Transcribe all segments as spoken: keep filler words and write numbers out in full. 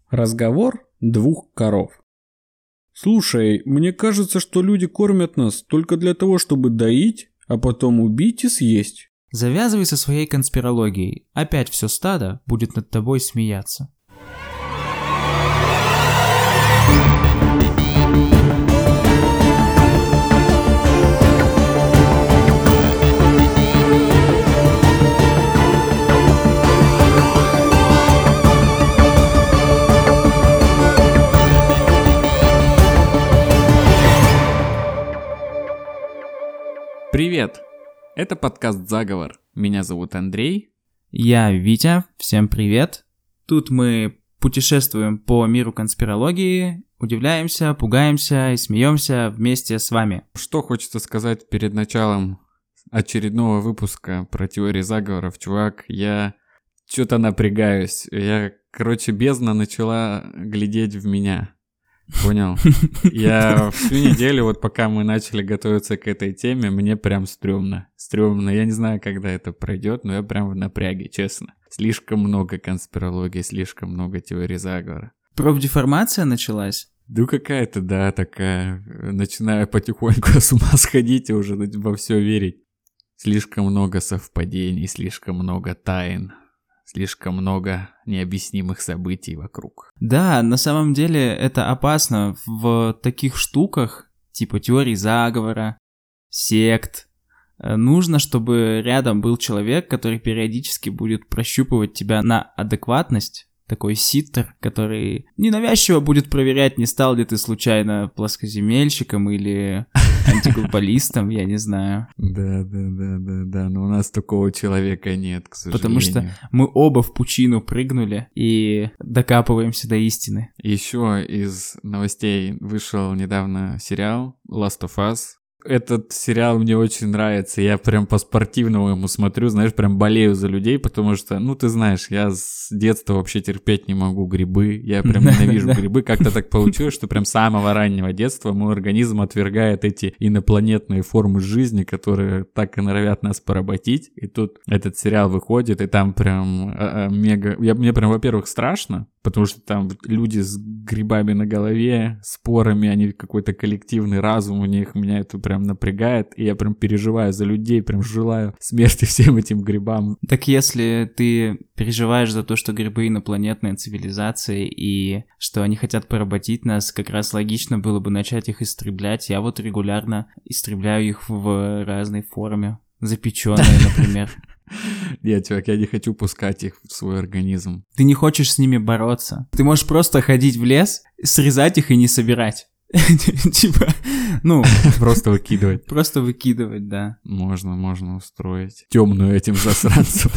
Разговор двух коров. Слушай, мне кажется, что люди кормят нас только для того, чтобы доить, а потом убить и съесть. Завязывай со своей конспирологией. Опять все стадо будет над тобой смеяться. Привет! Это подкаст «Заговор». Меня зовут Андрей. Я Витя. Всем привет. Тут мы путешествуем по миру конспирологии, удивляемся, пугаемся и смеемся вместе с вами. Что хочется сказать перед началом очередного выпуска про теории заговоров, чувак? Я что-то напрягаюсь. Я, короче, бездна начала глядеть в меня. Понял? Я всю неделю, вот пока мы начали готовиться к этой теме, мне прям стрёмно. Стрёмно. Я не знаю, когда это пройдет, но я прям в напряге, честно. Слишком много конспирологии, слишком много теорий заговора. Профдеформация началась? Да какая-то, да, такая. Начинаю потихоньку с ума сходить и уже во все верить. Слишком много совпадений, слишком много тайн. Слишком много необъяснимых событий вокруг. Да, на самом деле это опасно в таких штуках, типа теории заговора, сект. Нужно, чтобы рядом был человек, который периодически будет прощупывать тебя на адекватность. Такой ситтер, который ненавязчиво будет проверять, не стал ли ты случайно плоскоземельщиком или антиглобалистом, я не знаю. Да, да, да, да, да, но у нас такого человека нет, к сожалению. Потому что мы оба в пучину прыгнули и докапываемся до истины. Еще из новостей вышел недавно сериал Last of Us. Этот сериал мне очень нравится, я прям по-спортивному ему смотрю, знаешь, прям болею за людей, потому что, ну, ты знаешь, я с детства вообще терпеть не могу грибы, я прям ненавижу грибы, как-то так получилось, что прям с самого раннего детства мой организм отвергает эти инопланетные формы жизни, которые так и норовят нас поработить, и тут этот сериал выходит, и там прям а, а, мега, я, мне прям, во-первых, страшно, потому что там люди с грибами на голове, спорами, они какой-то коллективный разум у них, меня это прям напрягает, и я прям переживаю за людей, прям желаю смерти всем этим грибам. Так если ты переживаешь за то, что грибы инопланетные цивилизации, и что они хотят поработить нас, как раз логично было бы начать их истреблять. Я вот регулярно истребляю их в разной форме. Запеченные, например. Нет, чувак, я не хочу пускать их в свой организм. Ты не хочешь с ними бороться. Ты можешь просто ходить в лес, срезать их и не собирать. Типа, ну... Просто выкидывать. Просто выкидывать, да. Можно, можно устроить темную этим засранцем.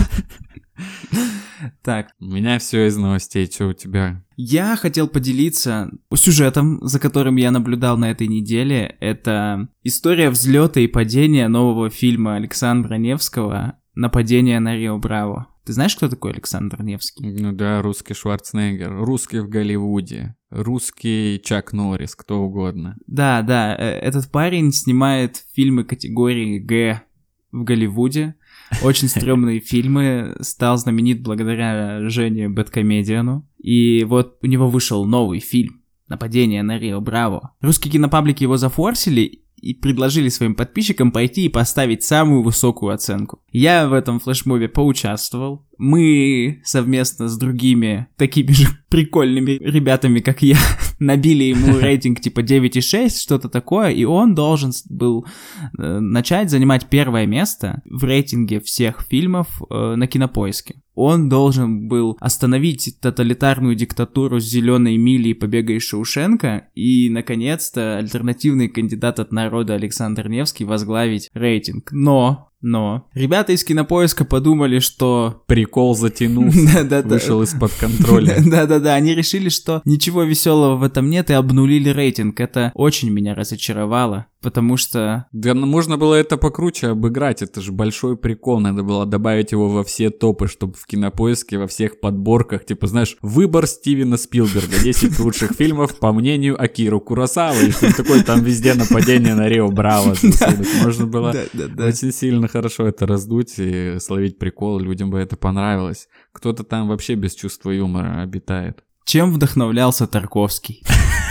Так. У меня все из новостей, что у тебя? Я хотел поделиться сюжетом, за которым я наблюдал на этой неделе. Это история взлета и падения нового фильма Александра Невского «Нападение на Рио Браво». Ты знаешь, кто такой Александр Невский? Ну да, русский Шварценеггер, русский в Голливуде, русский Чак Норрис, кто угодно. Да, да, этот парень снимает фильмы категории Г в Голливуде. Очень стрёмные фильмы, стал знаменит благодаря Жене Бэдкомедиану. И вот у него вышел новый фильм «Нападение на Рио Браво». Русские кинопаблики его зафорсили и предложили своим подписчикам пойти и поставить самую высокую оценку. Я в этом флешмобе поучаствовал. Мы совместно с другими такими же прикольными ребятами, как я, набили ему рейтинг типа девять и шесть, что-то такое, и он должен был э, начать занимать первое место в рейтинге всех фильмов э, на Кинопоиске. Он должен был остановить тоталитарную диктатуру с «Зеленой мили» и «Побега из Шоушенка» и, наконец-то, альтернативный кандидат от народа Александр Невский возглавить рейтинг. Но... Но ребята из Кинопоиска подумали, что... Прикол затянулся, вышел из-под контроля. Да-да-да, они решили, что ничего веселого в этом нет и обнулили рейтинг. Это очень меня разочаровало, потому что... Да, можно было это покруче обыграть, это же большой прикол. Надо было добавить его во все топы, чтобы в Кинопоиске, во всех подборках, типа, знаешь, выбор Стивена Спилберга, десять лучших фильмов по мнению Акиру Куросавы, и что такое, там везде «Нападение на Рио Браво». Можно было очень сильно хорошо это раздуть и словить прикол, людям бы это понравилось. Кто-то там вообще без чувства юмора обитает. чем вдохновлялся Тарковский.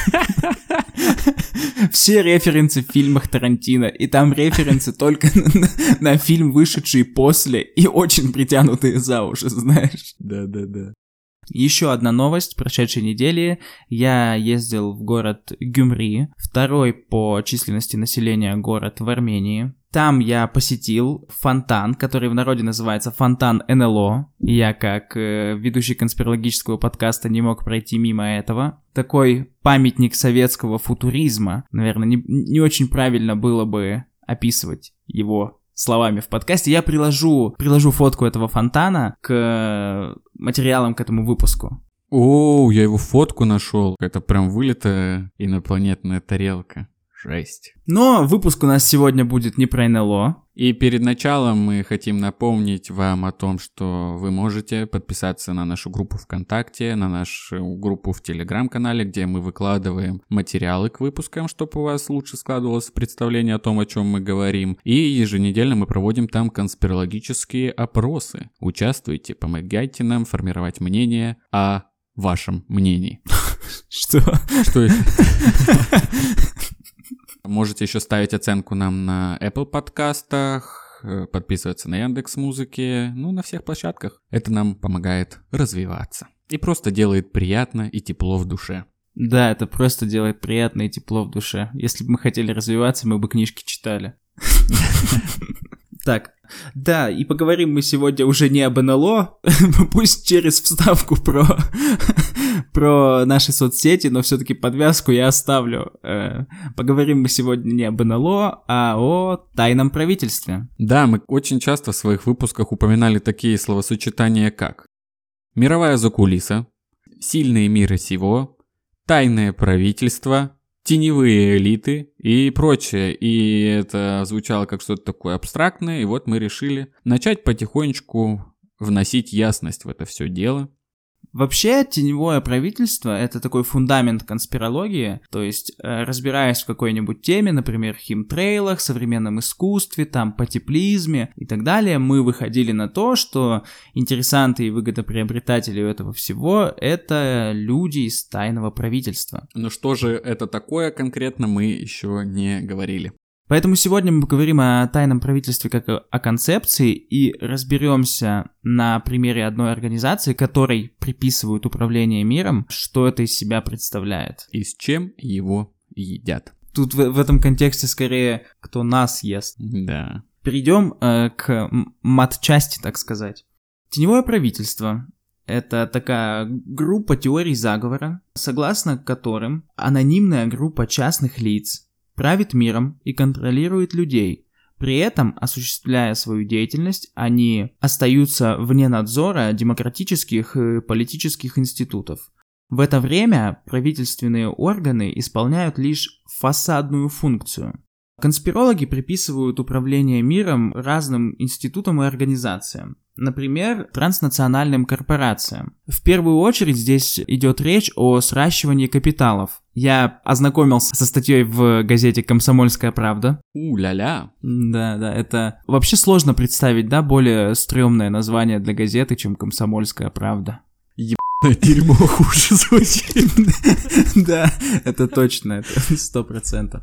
Все референсы в фильмах Тарантино, и там референсы только на, на фильм, вышедший после, и очень притянутые за уши, знаешь. Да-да-да. Еще одна новость прошедшей недели. Я ездил в город Гюмри, второй по численности населения город в Армении. Там я посетил фонтан, который в народе называется фонтан эн эл о. Я, как э, ведущий конспирологического подкаста, не мог пройти мимо этого. Такой памятник советского футуризма. Наверное, не, не очень правильно было бы описывать его словами в подкасте. Я приложу, приложу фотку этого фонтана к материалам к этому выпуску. О, я его фотку нашел. Это прям вылитая инопланетная тарелка. Жесть. Но выпуск у нас сегодня будет не про эн эл о. И перед началом мы хотим напомнить вам о том, что вы можете подписаться на нашу группу ВКонтакте, на нашу группу в Телеграм-канале, где мы выкладываем материалы к выпускам, чтобы у вас лучше складывалось представление о том, о чем мы говорим. И еженедельно мы проводим там конспирологические опросы. Участвуйте, помогайте нам формировать мнение о вашем мнении. Что? Что это? Можете еще ставить оценку нам на Apple подкастах, подписываться на Яндекс.Музыке, ну, на всех площадках. Это нам помогает развиваться. И просто делает приятно и тепло в душе. Да, это просто делает приятно и тепло в душе. Если бы мы хотели развиваться, мы бы книжки читали. Так, да, и поговорим мы сегодня уже не об эн эл о, пусть через вставку про, про наши соцсети, но все-таки подвязку я оставлю. Поговорим мы сегодня не об эн эл о, а о тайном правительстве. Да, мы очень часто в своих выпусках упоминали такие словосочетания, как мировая закулиса, сильные мира сего, тайное правительство, теневые элиты и прочее. И это звучало как что-то такое абстрактное, и вот мы решили начать потихонечку вносить ясность в это все дело. Вообще, теневое правительство — это такой фундамент конспирологии, то есть, э, разбираясь в какой-нибудь теме, например, химтрейлах, современном искусстве, там, потеплизме и так далее, мы выходили на то, что интересанты и выгодоприобретатели этого всего — это люди из тайного правительства. Но что же это такое конкретно, мы еще не говорили. Поэтому сегодня мы поговорим о тайном правительстве как о концепции и разберемся на примере одной организации, которой приписывают управление миром, что это из себя представляет. И с чем его едят. Тут в, в этом контексте скорее кто нас ест. Да. Перейдем э, к матчасти, так сказать. Теневое правительство — это такая группа теорий заговора, согласно которым анонимная группа частных лиц правит миром и контролирует людей. При этом, осуществляя свою деятельность, они остаются вне надзора демократических и политических институтов. В это время правительственные органы исполняют лишь фасадную функцию. Конспирологи приписывают управление миром разным институтам и организациям. Например, транснациональным корпорациям. В первую очередь здесь идет речь о сращивании капиталов. Я ознакомился со статьей в газете «Комсомольская правда». У-ля-ля. Да-да, это вообще сложно представить, да, более стрёмное название для газеты, чем «Комсомольская правда». Ебаное дерьмо хуже звучит. Да, это точно, это сто процентов.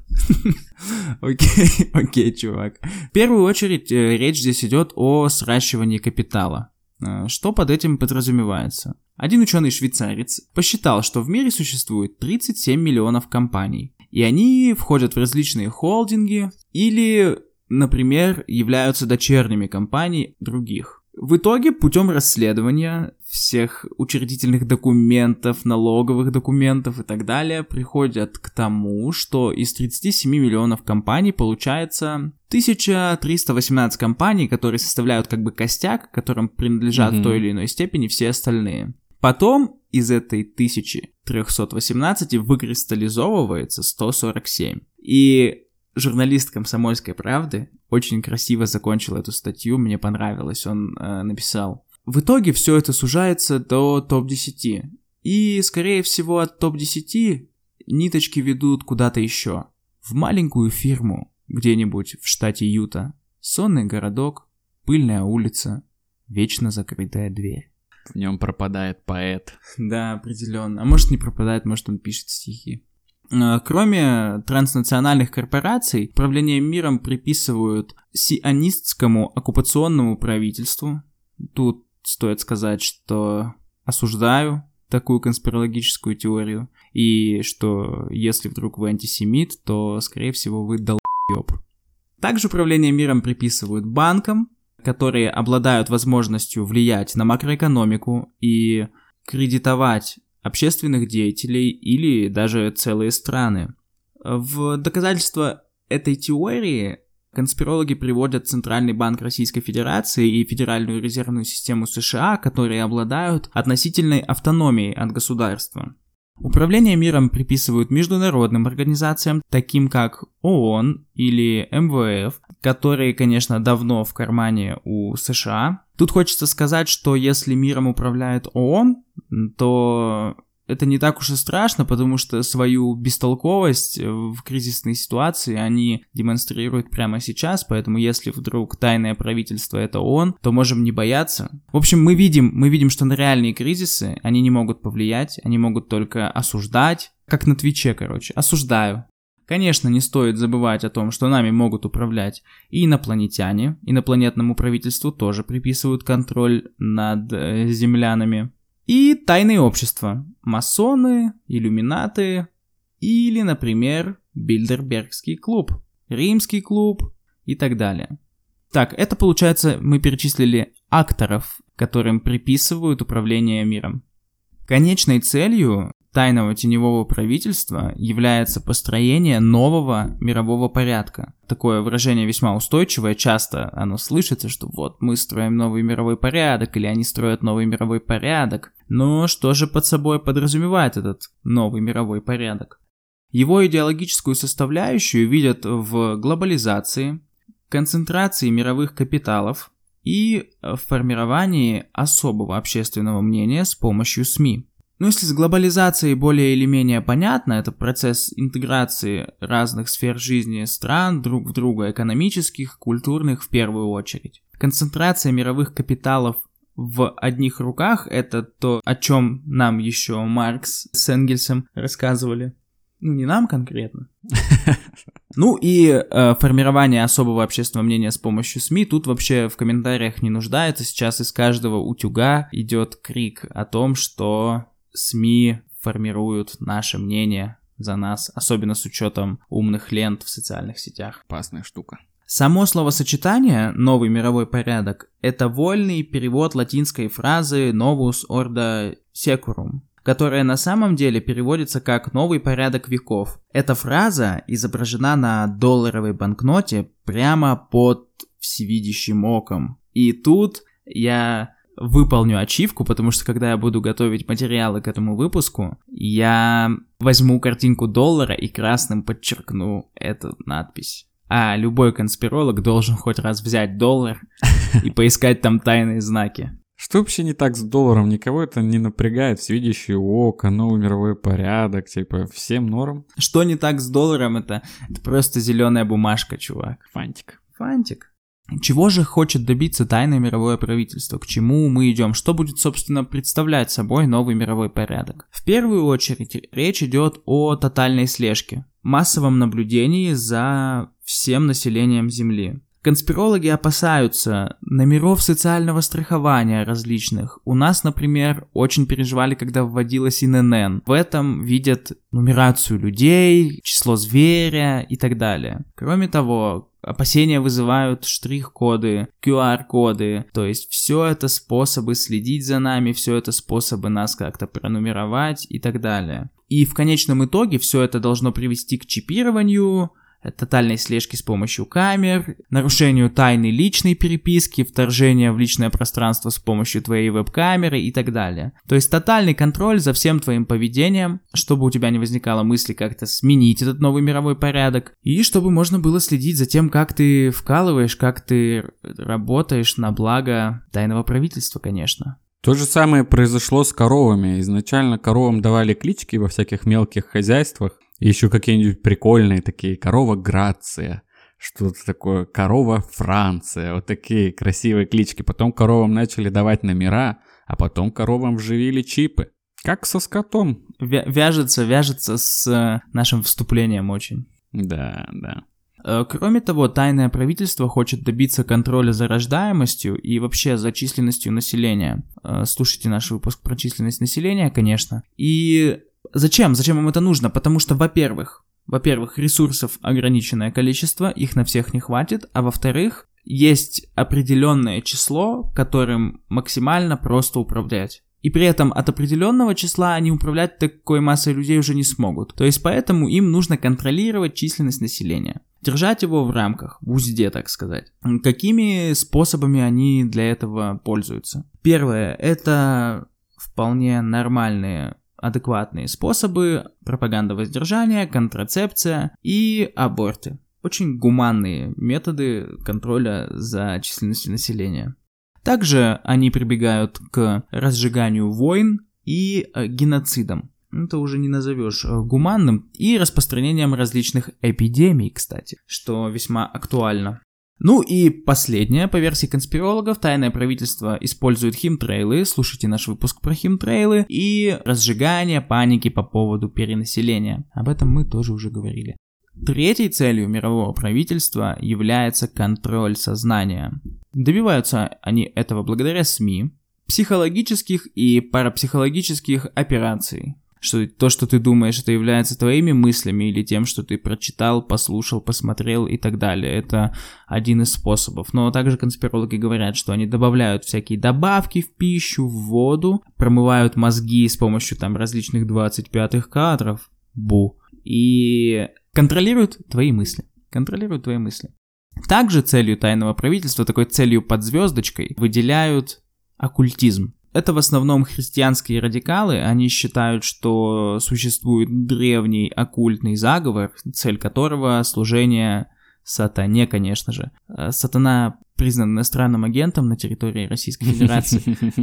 Окей, окей, чувак. В первую очередь речь здесь идет о сращивании капитала. Что под этим подразумевается? Один ученый-швейцарец посчитал, что в мире существует тридцать семь миллионов компаний, и они входят в различные холдинги или, например, являются дочерними компаний других. В итоге, путем расследования всех учредительных документов, налоговых документов и так далее, приходят к тому, что из тридцати семи миллионов компаний получается тысяча триста восемнадцать компаний, которые составляют как бы костяк, которым принадлежат mm-hmm. в той или иной степени все остальные. Потом из этой тысячи трёхсот восемнадцати выкристаллизовывается сто сорок семь. И журналист «Комсомольской правды» очень красиво закончил эту статью, мне понравилось, он э, написал: в итоге все это сужается до топ десяти, и, скорее всего, от топ десяти ниточки ведут куда-то еще, в маленькую фирму, где-нибудь в штате Юта, сонный городок, пыльная улица, вечно закрытая дверь. В нем пропадает поэт. Да, определенно. А может, не пропадает, может, он пишет стихи. Кроме транснациональных корпораций, управление миром приписывают сионистскому оккупационному правительству. Тут стоит сказать, что осуждаю такую конспирологическую теорию, и что если вдруг вы антисемит, то, скорее всего, вы долбоёб. Также управление миром приписывают банкам, которые обладают возможностью влиять на макроэкономику и кредитовать общественных деятелей или даже целые страны. В доказательство этой теории конспирологи приводят Центральный банк Российской Федерации и Федеральную резервную систему США, которые обладают относительной автономией от государства. Управление миром приписывают международным организациям, таким как ООН или эм вэ эф, которые, конечно, давно в кармане у США. Тут хочется сказать, что если миром управляет ООН, то это не так уж и страшно, потому что свою бестолковость в кризисной ситуации они демонстрируют прямо сейчас, поэтому если вдруг тайное правительство это ООН, то можем не бояться. В общем, мы видим, мы видим, что на реальные кризисы они не могут повлиять, они могут только осуждать, как на Твиче, короче, осуждаю. Конечно, не стоит забывать о том, что нами могут управлять и инопланетяне, инопланетному правительству тоже приписывают контроль над э, землянами. И тайные общества, масоны, иллюминаты или, например, Бильдербергский клуб, Римский клуб и так далее. Так, это получается, мы перечислили акторов, которым приписывают управление миром. Конечной целью тайного теневого правительства является построение нового мирового порядка. Такое выражение весьма устойчивое, часто оно слышится, что вот мы строим новый мировой порядок, или они строят новый мировой порядок. Но что же под собой подразумевает этот новый мировой порядок? Его идеологическую составляющую видят в глобализации, концентрации мировых капиталов и в формировании особого общественного мнения с помощью СМИ. Ну, если с глобализацией более или менее понятно, это процесс интеграции разных сфер жизни стран друг в друга, экономических, культурных в первую очередь. Концентрация мировых капиталов в одних руках – это то, о чем нам еще Маркс с Энгельсом рассказывали. Ну, не нам конкретно. Ну и э, формирование особого общественного мнения с помощью СМИ тут вообще в комментариях не нуждается. Сейчас из каждого утюга идет крик о том, что СМИ формируют наше мнение за нас, особенно с учетом умных лент в социальных сетях. Опасная штука. Само словосочетание «новый мировой порядок» — это вольный перевод латинской фразы «novus ordo securum», которая на самом деле переводится как «новый порядок веков». Эта фраза изображена на долларовой банкноте прямо под всевидящим оком. И тут я выполню ачивку, потому что когда я буду готовить материалы к этому выпуску, я возьму картинку доллара и красным подчеркну эту надпись. А любой конспиролог должен хоть раз взять доллар и поискать там тайные знаки. Что вообще не так с долларом? Никого это не напрягает? Всевидящее око, новый мировой порядок, типа всем норм? Что не так с долларом? Это, это просто зеленая бумажка, чувак. Фантик. Фантик. Чего же хочет добиться тайное мировое правительство? К чему мы идем? Что будет, собственно, представлять собой новый мировой порядок? В первую очередь речь идет о тотальной слежке, массовом наблюдении за всем населением Земли. Конспирологи опасаются номеров социального страхования различных. У нас, например, очень переживали, когда вводилась эн эн эн. В этом видят нумерацию людей, число зверя и так далее. Кроме того, опасения вызывают штрих-коды, ку ар-коды, то есть все это способы следить за нами, все это способы нас как-то пронумеровать и так далее. И в конечном итоге все это должно привести к чипированию, тотальной слежки с помощью камер, нарушению тайны личной переписки, вторжения в личное пространство с помощью твоей веб-камеры и так далее. То есть тотальный контроль за всем твоим поведением, чтобы у тебя не возникало мысли как-то сменить этот новый мировой порядок, и чтобы можно было следить за тем, как ты вкалываешь, как ты работаешь на благо тайного правительства, конечно. То же самое произошло с коровами. Изначально коровам давали клички во всяких мелких хозяйствах. И еще какие-нибудь прикольные такие. Корова Грация. Что-то такое. Корова Франция. Вот такие красивые клички. Потом коровам начали давать номера. а потом коровам вживили чипы. Как со скотом. Вя- вяжется, вяжется с нашим вступлением очень. Да, да. Кроме того, тайное правительство хочет добиться контроля за рождаемостью и вообще за численностью населения. Слушайте наш выпуск про численность населения, конечно. И зачем? Зачем им это нужно? Потому что, во-первых, во-первых, ресурсов ограниченное количество, их на всех не хватит, а во-вторых, есть определенное число, которым максимально просто управлять. И при этом от определенного числа они управлять такой массой людей уже не смогут. То есть поэтому им нужно контролировать численность населения. Держать его в рамках, в узде, так сказать. Какими способами они для этого пользуются? Первое, это вполне нормальные, адекватные способы: пропаганда воздержания, контрацепция и аборты. Очень гуманные методы контроля за численностью населения. Также они прибегают к разжиганию войн и геноцидам. Это уже не назовешь гуманным. И распространением различных эпидемий, кстати, что весьма актуально. Ну и последнее, по версии конспирологов, тайное правительство использует химтрейлы, слушайте наш выпуск про химтрейлы, и разжигание паники по поводу перенаселения. Об этом мы тоже уже говорили. Третьей целью мирового правительства является контроль сознания. Добиваются они этого благодаря СМИ, психологических и парапсихологических операций. Что то, что ты думаешь, это является твоими мыслями или тем, что ты прочитал, послушал, посмотрел и так далее. Это один из способов. Но также конспирологи говорят, что они добавляют всякие добавки в пищу, в воду, промывают мозги с помощью там различных двадцать пятых кадров, бу, и контролируют твои мысли. Контролируют твои мысли. Также целью тайного правительства, такой целью под звездочкой, выделяют оккультизм. Это в основном христианские радикалы, они считают, что существует древний оккультный заговор, цель которого служение сатане, конечно же. Сатана признан иностранным агентом на территории Российской Федерации.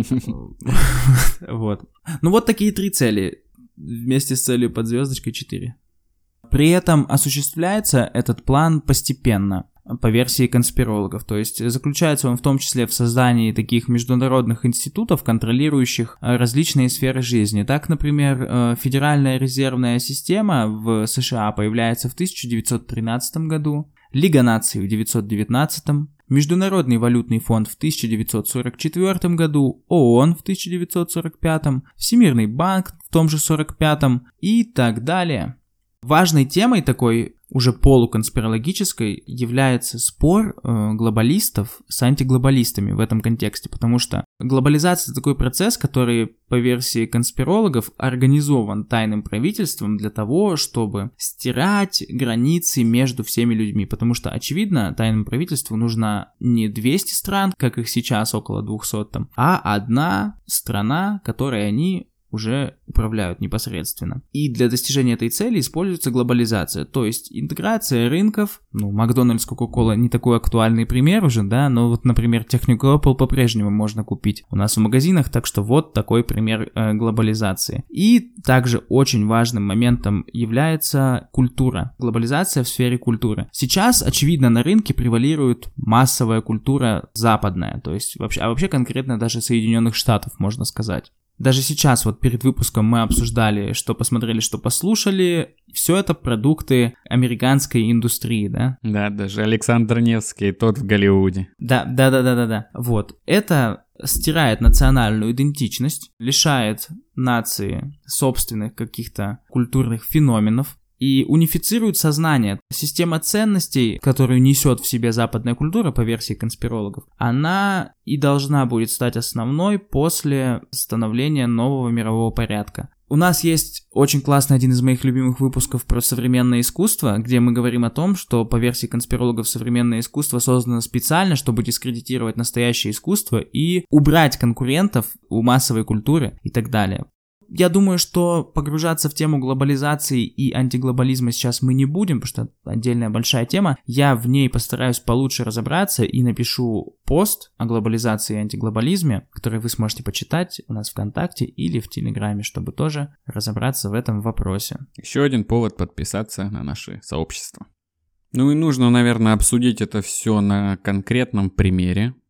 Вот. Ну вот такие три цели, вместе с целью под звездочкой четыре. При этом осуществляется этот план постепенно, по версии конспирологов. То есть заключается он в том числе в создании таких международных институтов, контролирующих различные сферы жизни. Так, например, Федеральная резервная система в США появляется в тысяча девятьсот тринадцатом году, Лига наций в девятьсот девятнадцатом, Международный валютный фонд в тысяча девятьсот сорок четвёртом году, ООН в тысяча девятьсот сорок пятом, Всемирный банк в том же сорок пятом и так далее. Важной темой такой, уже полуконспирологической, является спор э, глобалистов с антиглобалистами в этом контексте, потому что глобализация — это такой процесс, который, по версии конспирологов, организован тайным правительством для того, чтобы стирать границы между всеми людьми, потому что, очевидно, тайному правительству нужно не двести стран, как их сейчас около двухсот там, а одна страна, которой они уже управляют непосредственно. И для достижения этой цели используется глобализация, то есть интеграция рынков. Ну, Макдональдс, Кока-Кола не такой актуальный пример уже, да, но вот, например, технику Apple по-прежнему можно купить у нас в магазинах, так что вот такой пример э, глобализации. И также очень важным моментом является культура. Глобализация в сфере культуры. Сейчас, очевидно, на рынке превалирует массовая культура западная, то есть вообще, а вообще конкретно даже Соединенных Штатов, можно сказать. Даже сейчас, вот перед выпуском мы обсуждали, что посмотрели, что послушали. Все это продукты американской индустрии, да? Да, даже Александр Невский, тот в Голливуде. Да, да, да, да, да, да. Вот. Это стирает национальную идентичность, лишает нации собственных каких-то культурных феноменов и унифицирует сознание. Система ценностей, которую несет в себе западная культура, по версии конспирологов, она и должна будет стать основной после становления нового мирового порядка. У нас есть очень классный один из моих любимых выпусков про современное искусство, где мы говорим о том, что по версии конспирологов современное искусство создано специально, чтобы дискредитировать настоящее искусство и убрать конкурентов у массовой культуры и так далее. Я думаю, что погружаться в тему глобализации и антиглобализма сейчас мы не будем, потому что это отдельная большая тема. Я в ней постараюсь получше разобраться и напишу пост о глобализации и антиглобализме, который вы сможете почитать у нас в ВКонтакте или в Телеграме, чтобы тоже разобраться в этом вопросе. Еще один повод подписаться на наше сообщество. Ну и нужно, наверное, обсудить это все на конкретном примере.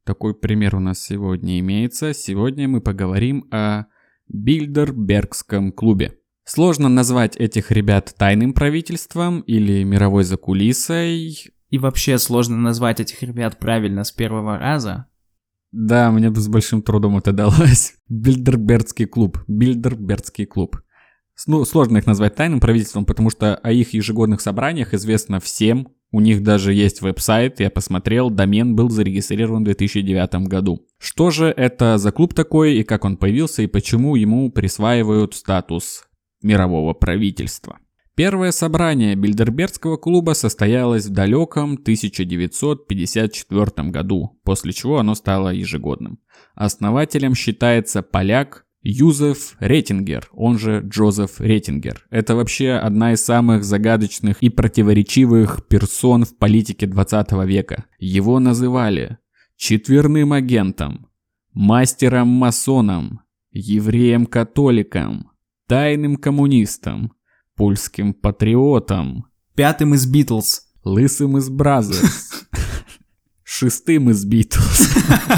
такой пример у нас сегодня имеется. Сегодня мы поговорим о Бильдербергском клубе. Сложно назвать этих ребят тайным правительством или мировой закулисой. И вообще сложно назвать этих ребят правильно с первого раза. Да, мне бы с большим трудом это далось. Бильдербергский клуб. Бильдербергский клуб. Ну, сложно их назвать тайным правительством, потому что о их ежегодных собраниях известно всем. У них даже есть веб-сайт, я посмотрел, домен был зарегистрирован в две тысячи девятом году. Что же это за клуб такой, и как он появился, и почему ему присваивают статус мирового правительства? Первое собрание Бильдербергского клуба состоялось в далеком тысяча девятьсот пятьдесят четвёртом году, после чего оно стало ежегодным. Основателем считается поляк Юзеф Ретингер, он же Джозеф Ретингер. Это вообще одна из самых загадочных и противоречивых персон в политике двадцатого века. Его называли четверным агентом, мастером-масоном, евреем-католиком, тайным коммунистом, польским патриотом, пятым из Битлз, лысым из Бразерс, шестым из Битлз.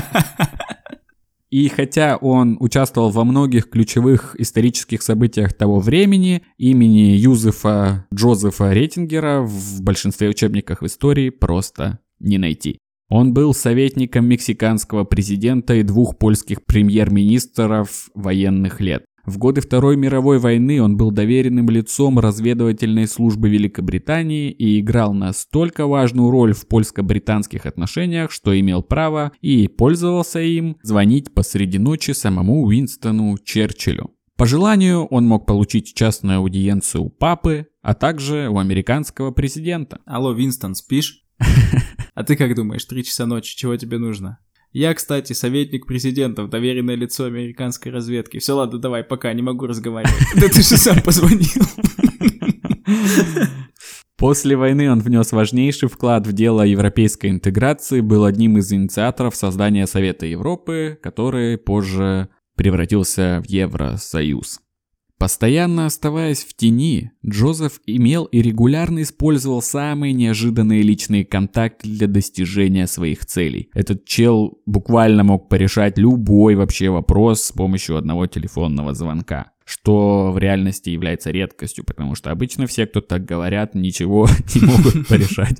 И хотя он участвовал во многих ключевых исторических событиях того времени, имени Юзефа Джозефа Ретингера в большинстве учебников истории просто не найти. Он был советником мексиканского президента и двух польских премьер-министров военных лет. В годы Второй мировой войны он был доверенным лицом разведывательной службы Великобритании и играл настолько важную роль в польско-британских отношениях, что имел право и пользовался им звонить посреди ночи самому Уинстону Черчиллю. По желанию он мог получить частную аудиенцию у папы, а также у американского президента. Алло, Винстон, спишь? А ты как думаешь, три часа ночи, чего тебе нужно? Я, кстати, советник президента, доверенное лицо американской разведки. Все, ладно, давай, пока, не могу разговаривать. Да ты же сам позвонил. После войны он внес важнейший вклад в дело европейской интеграции, был одним из инициаторов создания Совета Европы, который позже превратился в Евросоюз. Постоянно оставаясь в тени, Джозеф имел и регулярно использовал самые неожиданные личные контакты для достижения своих целей. Этот чел буквально мог порешать любой вообще вопрос с помощью одного телефонного звонка, что в реальности является редкостью, потому что обычно все, кто так говорят, ничего не могут порешать.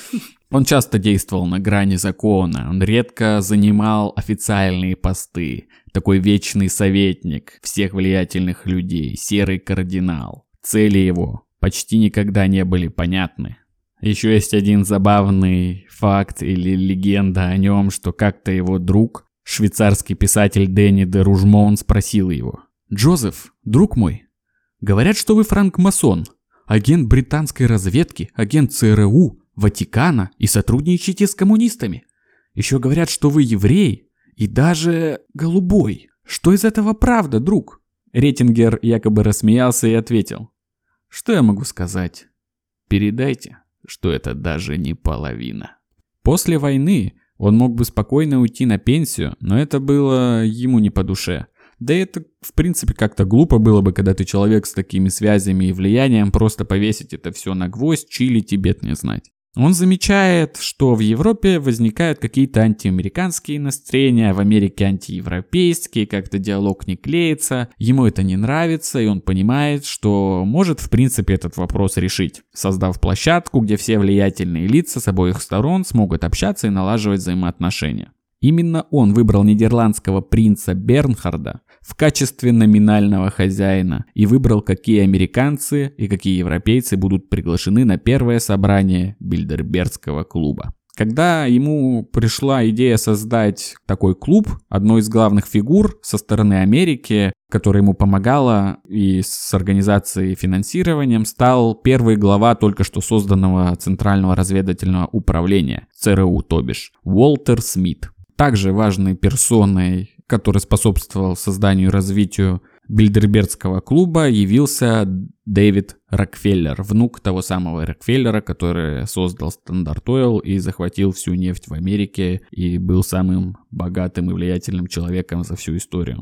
Он часто действовал на грани закона, он редко занимал официальные посты, такой вечный советник всех влиятельных людей, серый кардинал. Цели его почти никогда не были понятны. Еще есть один забавный факт или легенда о нем, что как-то его друг, швейцарский писатель Дени де Ружмон, спросил его: «Джозеф, друг мой, говорят, что вы франкмасон, агент британской разведки, агент ЦРУ, Ватикана и сотрудничаете с коммунистами. Еще говорят, что вы еврей и даже голубой. Что из этого правда, друг?» Ретингер якобы рассмеялся и ответил: «Что я могу сказать? Передайте, что это даже не половина». После войны он мог бы спокойно уйти на пенсию, но это было ему не по душе. Да и это, в принципе, как-то глупо было бы, когда ты человек с такими связями и влиянием, просто повесить это все на гвоздь, Чили, Тибет не знать. Он замечает, что в Европе возникают какие-то антиамериканские настроения, в Америке антиевропейские, как-то диалог не клеится, ему это не нравится, и он понимает, что может в принципе этот вопрос решить, создав площадку, где все влиятельные лица с обоих сторон смогут общаться и налаживать взаимоотношения. Именно он выбрал нидерландского принца Бернхарда в качестве номинального хозяина и выбрал, какие американцы и какие европейцы будут приглашены на первое собрание Бильдербергского клуба. Когда ему пришла идея создать такой клуб, одной из главных фигур со стороны Америки, которая ему помогала и с организацией и финансированием, стал первый глава только что созданного Центрального разведывательного управления, ЦРУ, то бишь, Уолтер Смит. Также важной персоной, который способствовал созданию и развитию Бильдербергского клуба, явился Дэвид Рокфеллер, внук того самого Рокфеллера, который создал Standard Oil и захватил всю нефть в Америке и был самым богатым и влиятельным человеком за всю историю.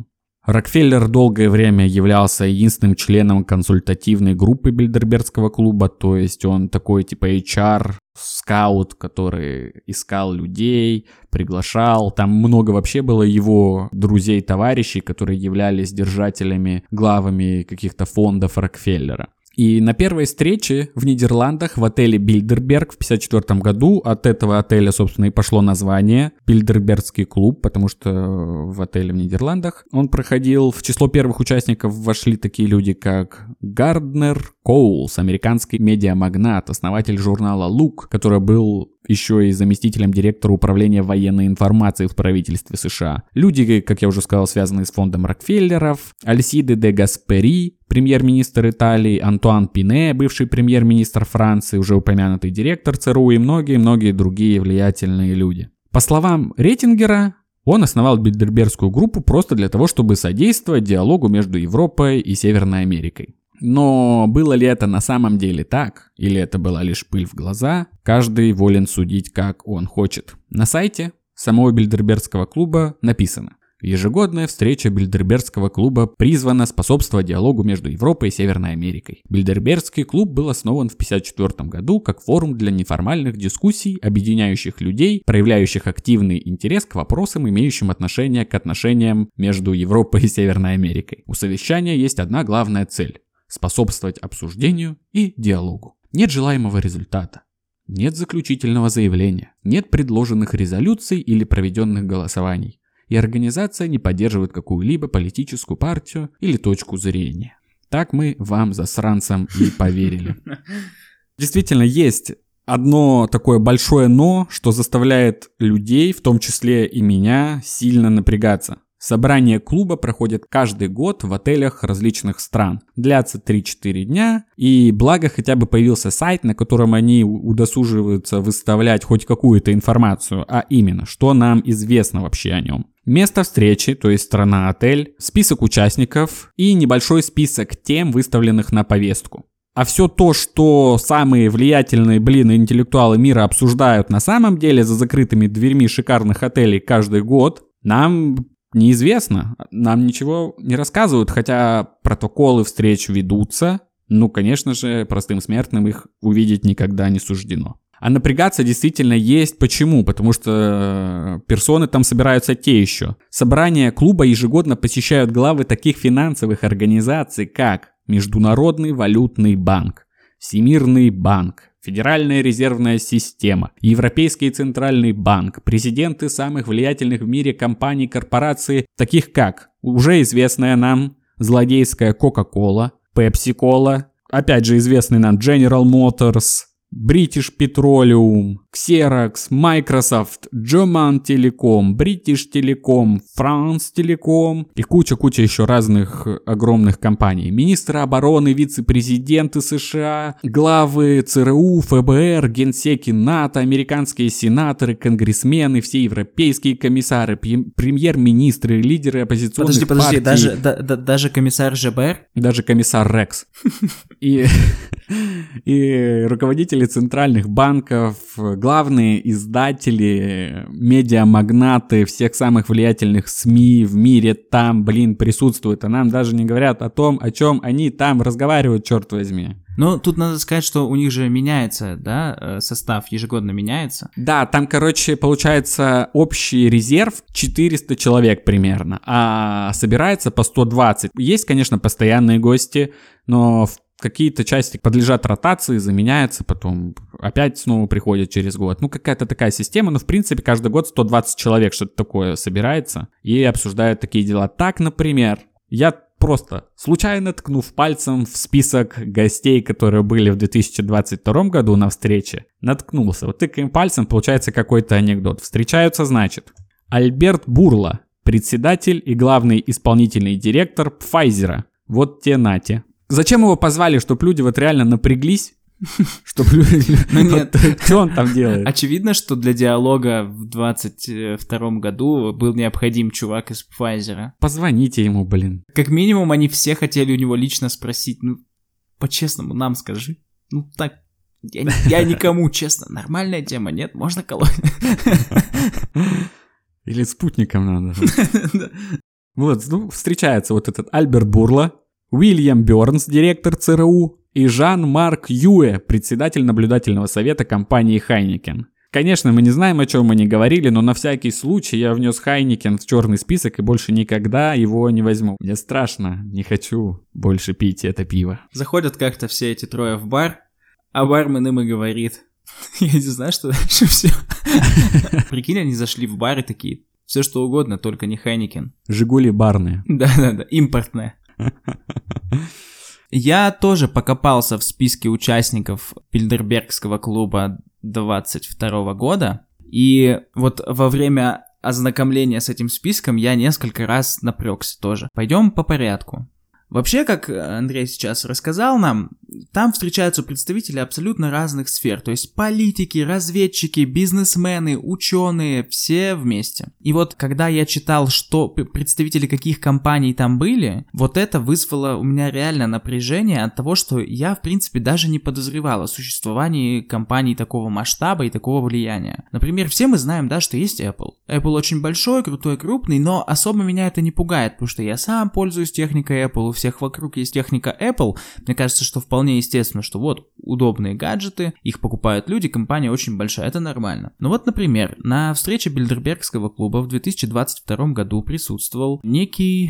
Рокфеллер долгое время являлся единственным членом консультативной группы Бильдербергского клуба, то есть он такой типа эйч ар, скаут, который искал людей, приглашал. Там много вообще было его друзей, товарищей, которые являлись держателями, главами каких-то фондов Рокфеллера. И на первой встрече в Нидерландах в отеле Бильдерберг в пятьдесят четвёртом году от этого отеля, собственно, и пошло название Бильдербергский клуб, потому что в отеле в Нидерландах он проходил. В число первых участников вошли такие люди, как Гарднер Коулс, американский медиамагнат, основатель журнала «Лук», который был еще и заместителем директора управления военной информации в правительстве США. Люди, как я уже сказал, связанные с фондом Рокфеллеров, Альсиде де Гаспери, премьер-министр Италии, Антуан Пине, бывший премьер-министр Франции, уже упомянутый директор ЦРУ и многие-многие другие влиятельные люди. По словам Рейтингера, он основал Бильдербергскую группу просто для того, чтобы содействовать диалогу между Европой и Северной Америкой. Но было ли это на самом деле так, или это была лишь пыль в глаза, каждый волен судить, как он хочет. На сайте самого Бильдербергского клуба написано: ежегодная встреча Бильдербергского клуба призвана способствовать диалогу между Европой и Северной Америкой. Бильдербергский клуб был основан в пятьдесят четвёртом году как форум для неформальных дискуссий, объединяющих людей, проявляющих активный интерес к вопросам, имеющим отношение к отношениям между Европой и Северной Америкой. У совещания есть одна главная цель – способствовать обсуждению и диалогу. Нет желаемого результата. Нет заключительного заявления. Нет предложенных резолюций или проведенных голосований. И организация не поддерживает какую-либо политическую партию или точку зрения. Так мы вам, засранцам, и поверили. Действительно, есть одно такое большое «но», что заставляет людей, в том числе и меня, сильно напрягаться. Собрания клуба проходят каждый год в отелях различных стран. Длятся три-четыре дня, и благо хотя бы появился сайт, на котором они удосуживаются выставлять хоть какую-то информацию, а именно, что нам известно вообще о нем. Место встречи, то есть страна-отель, список участников и небольшой список тем, выставленных на повестку. А все то, что самые влиятельные, блин, интеллектуалы мира обсуждают на самом деле за закрытыми дверьми шикарных отелей каждый год, нам неизвестно. Нам ничего не рассказывают, хотя протоколы встреч ведутся. Ну, конечно же, простым смертным их увидеть никогда не суждено. А напрягаться действительно есть. Почему? Потому что персоны там собираются те еще. Собрания клуба ежегодно посещают главы таких финансовых организаций, как Международный валютный банк, Всемирный банк, Федеральная резервная система, Европейский центральный банк, президенты самых влиятельных в мире компаний, корпораций, таких как уже известная нам злодейская Coca-Cola, Pepsi-Cola, опять же известный нам General Motors, British Petroleum, Xerox, Microsoft, German Telecom, British Telecom, France Telecom и куча-куча еще разных огромных компаний. Министры обороны, вице-президенты США, главы ЦРУ, ФБР, генсеки НАТО, американские сенаторы, конгрессмены, все европейские комиссары, премьер-министры, лидеры оппозиционных подожди, подожди, партий. Даже, да, да, даже комиссар ЖБР? Даже комиссар Рекс. И... И руководители центральных банков, главные издатели, медиамагнаты всех самых влиятельных СМИ в мире там, блин, присутствуют. А нам даже не говорят о том, о чем они там разговаривают, черт возьми. Ну, тут надо сказать, что у них же меняется, да, состав ежегодно меняется. Да, там, короче, получается общий резерв четыреста человек примерно, а собирается по сто двадцать. Есть, конечно, постоянные гости, но в какие-то части подлежат ротации, заменяются, потом опять снова приходят через год. Ну, какая-то такая система, но, в принципе, каждый год сто двадцать человек что-то такое собирается и обсуждают такие дела. Так, например, я просто случайно ткнув пальцем в список гостей, которые были в две тысячи двадцать втором году на встрече, наткнулся. Вот тыкаем пальцем, получается какой-то анекдот. Встречаются, значит, Альберт Бурла, председатель и главный исполнительный директор Pfizer. Вот те нате. Зачем его позвали, чтобы люди вот реально напряглись? Чтобы люди... Ну нет. Что он там делает? Очевидно, что для диалога в двадцать втором году был необходим чувак из Pfizer. Позвоните ему, блин. Как минимум, они все хотели у него лично спросить, ну, по-честному, нам скажи. Ну, так, я, я никому, честно, нормальная тема, нет? Можно колоть? Или спутником надо. Вот, ну, встречается вот этот Альберт Бурло, Уильям Бёрнс, директор ЦРУ, и Жан-Марк Юэ, председатель наблюдательного совета компании Хайникен. Конечно, мы не знаем, о чем они говорили, но на всякий случай я внес Хайникен в черный список и больше никогда его не возьму. Мне страшно, не хочу больше пить это пиво. Заходят как-то все эти трое в бар, а бармен им и говорит: я не знаю, что дальше все. Прикинь, они зашли в бар и такие: все что угодно, только не Хайникен. Жигули барные. Да-да-да, импортные. Я тоже покопался в списке участников Бильдербергского клуба двадцать второго года, и вот во время ознакомления с этим списком я несколько раз напрягся тоже. Пойдем по порядку. Вообще, как Андрей сейчас рассказал нам, там встречаются представители абсолютно разных сфер, то есть политики, разведчики, бизнесмены, ученые, все вместе. И вот когда я читал, что представители каких компаний там были, вот это вызвало у меня реально напряжение от того, что я, в принципе, даже не подозревал о существовании компаний такого масштаба и такого влияния. Например, все мы знаем, да, что есть Apple. Apple очень большой, крутой, крупный, но особо меня это не пугает, потому что я сам пользуюсь техникой Apple, у всех вокруг есть техника Apple. Мне кажется, что вполне естественно, что вот удобные гаджеты, их покупают люди, компания очень большая, это нормально. Но вот, например, на встрече Бильдербергского клуба в две тысячи двадцать втором году присутствовал некий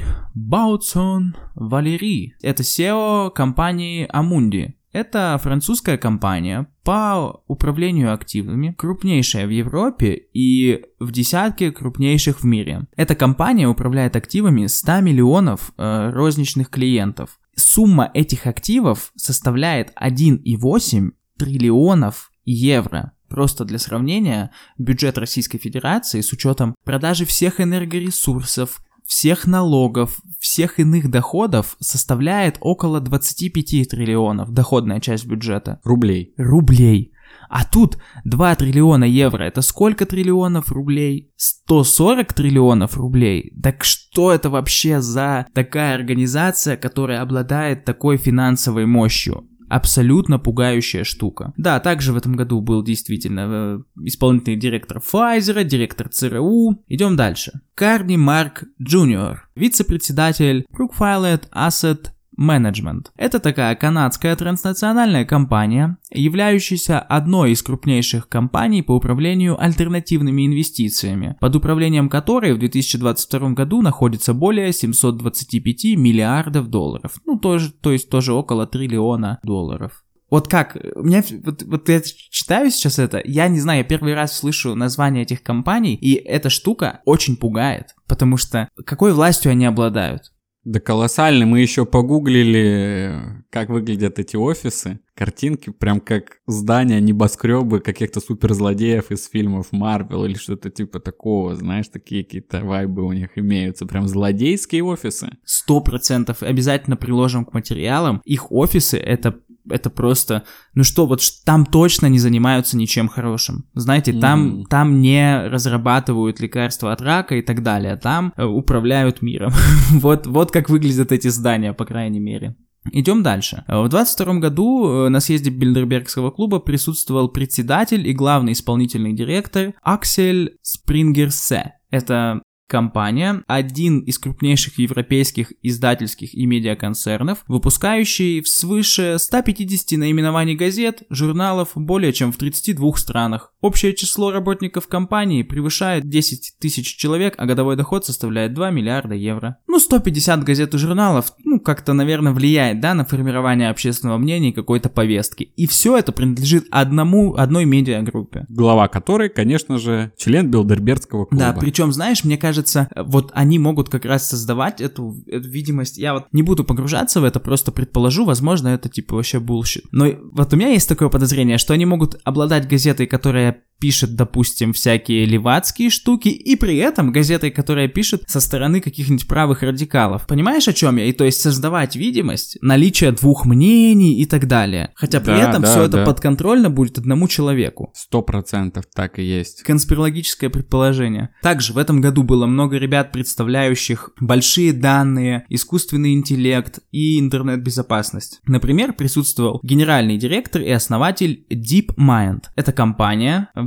Баутсон Валери. Это си и о компании Amundi. Это французская компания по управлению активами, крупнейшая в Европе и в десятке крупнейших в мире. Эта компания управляет активами ста миллионов э, розничных клиентов. Сумма этих активов составляет один и восемь триллионов евро. Просто для сравнения, бюджет Российской Федерации с учетом продажи всех энергоресурсов, всех налогов, всех иных доходов составляет около двадцать пять триллионов, доходная часть бюджета. Рублей. Рублей. А тут два триллиона евро, это сколько триллионов рублей? сто сорок триллионов рублей? Так что это вообще за такая организация, которая обладает такой финансовой мощью? Абсолютно пугающая штука. Да, также в этом году был действительно э, исполнительный директор Pfizer, директор ЦРУ. Идем дальше. Карни Марк Джуниор, вице-председатель Brookfield Asset Management. Это такая канадская транснациональная компания, являющаяся одной из крупнейших компаний по управлению альтернативными инвестициями, под управлением которой в две тысячи двадцать втором году находится более семьсот двадцать пять миллиардов долларов. Ну, тоже, то есть тоже около триллиона долларов. Вот как, меня, вот, вот я читаю сейчас это, я не знаю, я первый раз слышу название этих компаний, и эта штука очень пугает, потому что какой властью они обладают? Да колоссально, мы еще погуглили, как выглядят эти офисы, картинки, прям как здания, небоскребы каких-то суперзлодеев из фильмов Марвел или что-то типа такого, знаешь, такие какие-то вайбы у них имеются, прям злодейские офисы. Сто процентов обязательно приложим к материалам, их офисы это... Это просто, ну что, вот там точно не занимаются ничем хорошим. Знаете, там, mm. там не разрабатывают лекарства от рака и так далее. Там э, управляют миром. вот, вот как выглядят эти здания, по крайней мере. Идем дальше. В двадцать втором году на съезде Бильдербергского клуба присутствовал председатель и главный исполнительный директор Аксель Спрингерсе. Это компания, один из крупнейших европейских издательских и медиаконцернов, выпускающий в свыше ста пятидесяти наименований газет, журналов более чем в тридцати двух странах. Общее число работников компании превышает десять тысяч человек, а годовой доход составляет два миллиарда евро. Ну, сто пятьдесят газет и журналов, ну, как-то, наверное, влияет, да, на формирование общественного мнения и какой-то повестки. И все это принадлежит одному, одной медиагруппе. Глава которой, конечно же, член Бильдербергского клуба. Да, причем, знаешь, мне кажется, Кажется, вот они могут как раз создавать эту, эту видимость. Я вот не буду погружаться в это, просто предположу, возможно, это типа вообще булшит. Но вот у меня есть такое подозрение, что они могут обладать газетой, которая пишет, допустим, всякие левацкие штуки, и при этом газетой, которая пишет со стороны каких-нибудь правых радикалов. Понимаешь, о чем я? И то есть создавать видимость наличия двух мнений и так далее. Хотя при да, этом да, все да. это подконтрольно будет одному человеку. Сто процентов так и есть. Конспирологическое предположение. Также в этом году было много ребят, представляющих большие данные, искусственный интеллект и интернет-безопасность. Например, присутствовал генеральный директор и основатель DeepMind. Это компания,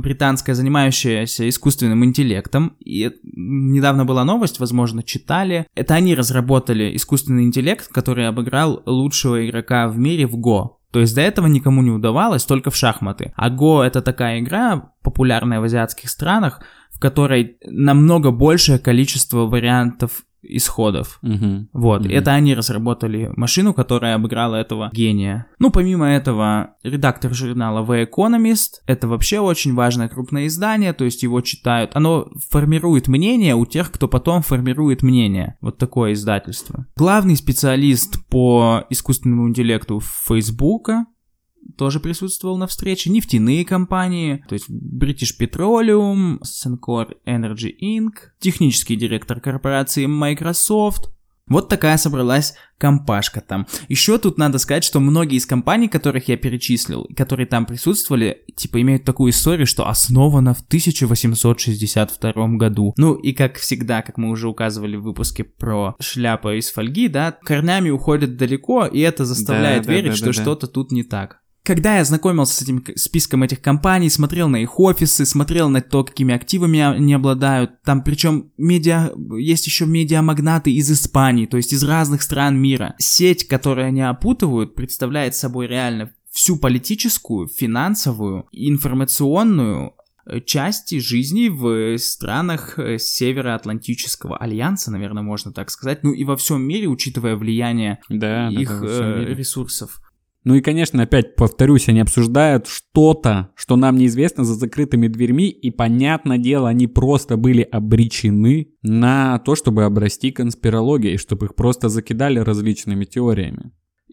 британская, занимающаяся искусственным интеллектом. И недавно была новость, возможно, читали. Это они разработали искусственный интеллект, который обыграл лучшего игрока в мире в Го. То есть до этого никому не удавалось, только в шахматы. А Го — это такая игра, популярная в азиатских странах, в которой намного большее количество вариантов исходов. Uh-huh. Вот, uh-huh. это они разработали машину, которая обыграла этого гения. Ну, помимо этого, редактор журнала The Economist, это вообще очень важное крупное издание, то есть его читают, оно формирует мнение у тех, кто потом формирует мнение. Вот такое издательство. Главный специалист по искусственному интеллекту Фейсбука тоже присутствовал на встрече. Нефтяные компании, то есть British Petroleum, Suncor Energy инкорпорейтед, технический директор корпорации Microsoft. Вот такая собралась компашка там. Еще тут надо сказать, что многие из компаний, которых я перечислил, которые там присутствовали, типа имеют такую историю, что основана в тысяча восемьсот шестьдесят втором году. Ну и как всегда, как мы уже указывали в выпуске про шляпу из фольги, да, корнями уходят далеко, и это заставляет да, верить, да, да, что да, что-то тут не так. Когда я знакомился с этим списком этих компаний, смотрел на их офисы, смотрел на то, какими активами они обладают, там причем медиа, есть еще медиамагнаты из Испании, то есть из разных стран мира. Сеть, которую они опутывают, представляет собой реально всю политическую, финансовую, информационную части жизни в странах Североатлантического альянса, наверное, можно так сказать, ну и во всем мире, учитывая влияние да, их да, да, э, ресурсов. Ну и, конечно, опять повторюсь, они обсуждают что-то, что нам неизвестно за закрытыми дверьми, и, понятное дело, они просто были обречены на то, чтобы обрасти конспирологией, чтобы их просто закидали различными теориями.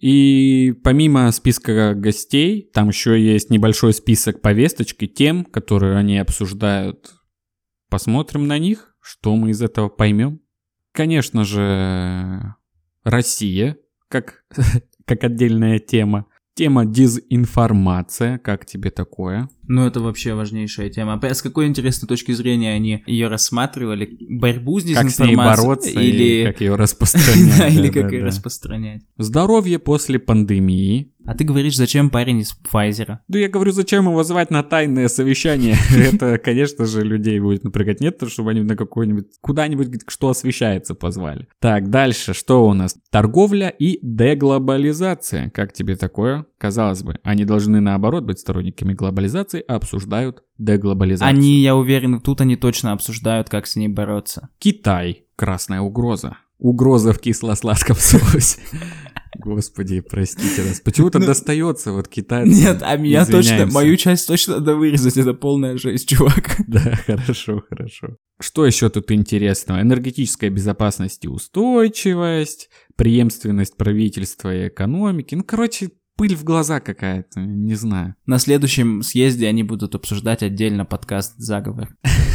И помимо списка гостей, там еще есть небольшой список повесточки тем, которые они обсуждают. Посмотрим на них, что мы из этого поймем. Конечно же, Россия, как... как отдельная тема. Тема дезинформация, как тебе такое? Ну, это вообще важнейшая тема. С какой интересной точки зрения они ее рассматривали? Борьбу с дезинформацией? Как с ней бороться или... и как ее распространять. Да, или как ее распространять. Здоровье после пандемии. А ты говоришь, зачем парень из Pfizer? Да я говорю, зачем его звать на тайное совещание? Это, конечно же, людей будет напрягать. Нет, чтобы они на какой-нибудь, куда-нибудь, что освещается, позвали. Так, дальше, что у нас? Торговля и деглобализация. Как тебе такое? Казалось бы, они должны, наоборот, быть сторонниками глобализации, а обсуждают деглобализацию. Они, я уверен, тут они точно обсуждают, как с ней бороться. Китай. Красная угроза. Угроза в кисло-сладком соусе. Господи, простите нас. Почему-то ну, достается вот китайцам. Нет, а меня точно, мою часть точно надо вырезать, это полная жесть, чувак. Да, хорошо, хорошо. Что еще тут интересного? Энергетическая безопасность и устойчивость, преемственность правительства и экономики. Ну, короче, пыль в глаза какая-то, не знаю. На следующем съезде они будут обсуждать отдельно подкаст «Заговор».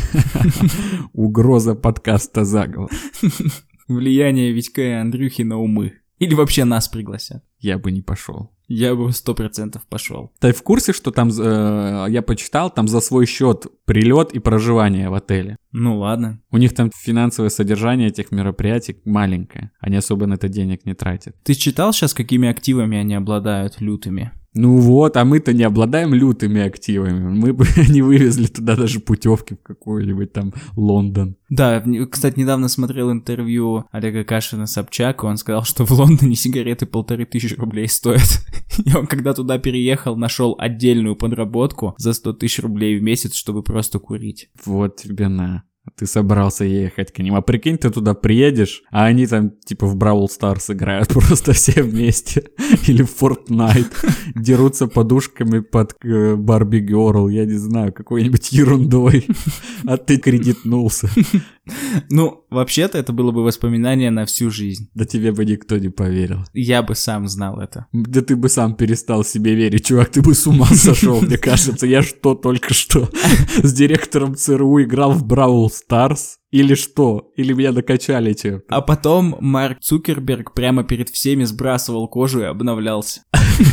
Угроза подкаста «Заговор». Влияние Витька и Андрюхи на умы. Или вообще нас пригласят. Я бы не пошел. Я бы сто процентов пошел. Ты в курсе, что там, э, я почитал, там за свой счет прилет и проживание в отеле? Ну ладно. У них там финансовое содержание этих мероприятий маленькое. Они особо на это денег не тратят. Ты читал сейчас, какими активами они обладают лютыми? Ну вот, а мы-то не обладаем лютыми активами. Мы бы не вывезли туда даже путевки в какой-нибудь там Лондон. Да, кстати, недавно смотрел интервью Олега Кашина Собчак, он сказал, что в Лондоне сигареты полторы тысячи рублей стоят. И он, когда туда переехал, нашел отдельную подработку за сто тысяч рублей в месяц, чтобы просто курить. Вот тебе на. Ты собрался ехать к ним. А прикинь, ты туда приедешь, а они там типа в Бравл Старс играют просто все вместе. Или в Fortnite. Дерутся подушками под э, Барби Герл, я не знаю, какой-нибудь ерундой. А ты кредитнулся. Ну, вообще-то это было бы воспоминание на всю жизнь. Да тебе бы никто не поверил. Я бы сам знал это. Да ты бы сам перестал себе верить, чувак, ты бы с ума сошел, мне кажется. Я что, только что с директором ЦРУ играл в Бравл Старс? Или что? Или меня накачали чем? А потом Марк Цукерберг прямо перед всеми сбрасывал кожу и обновлялся.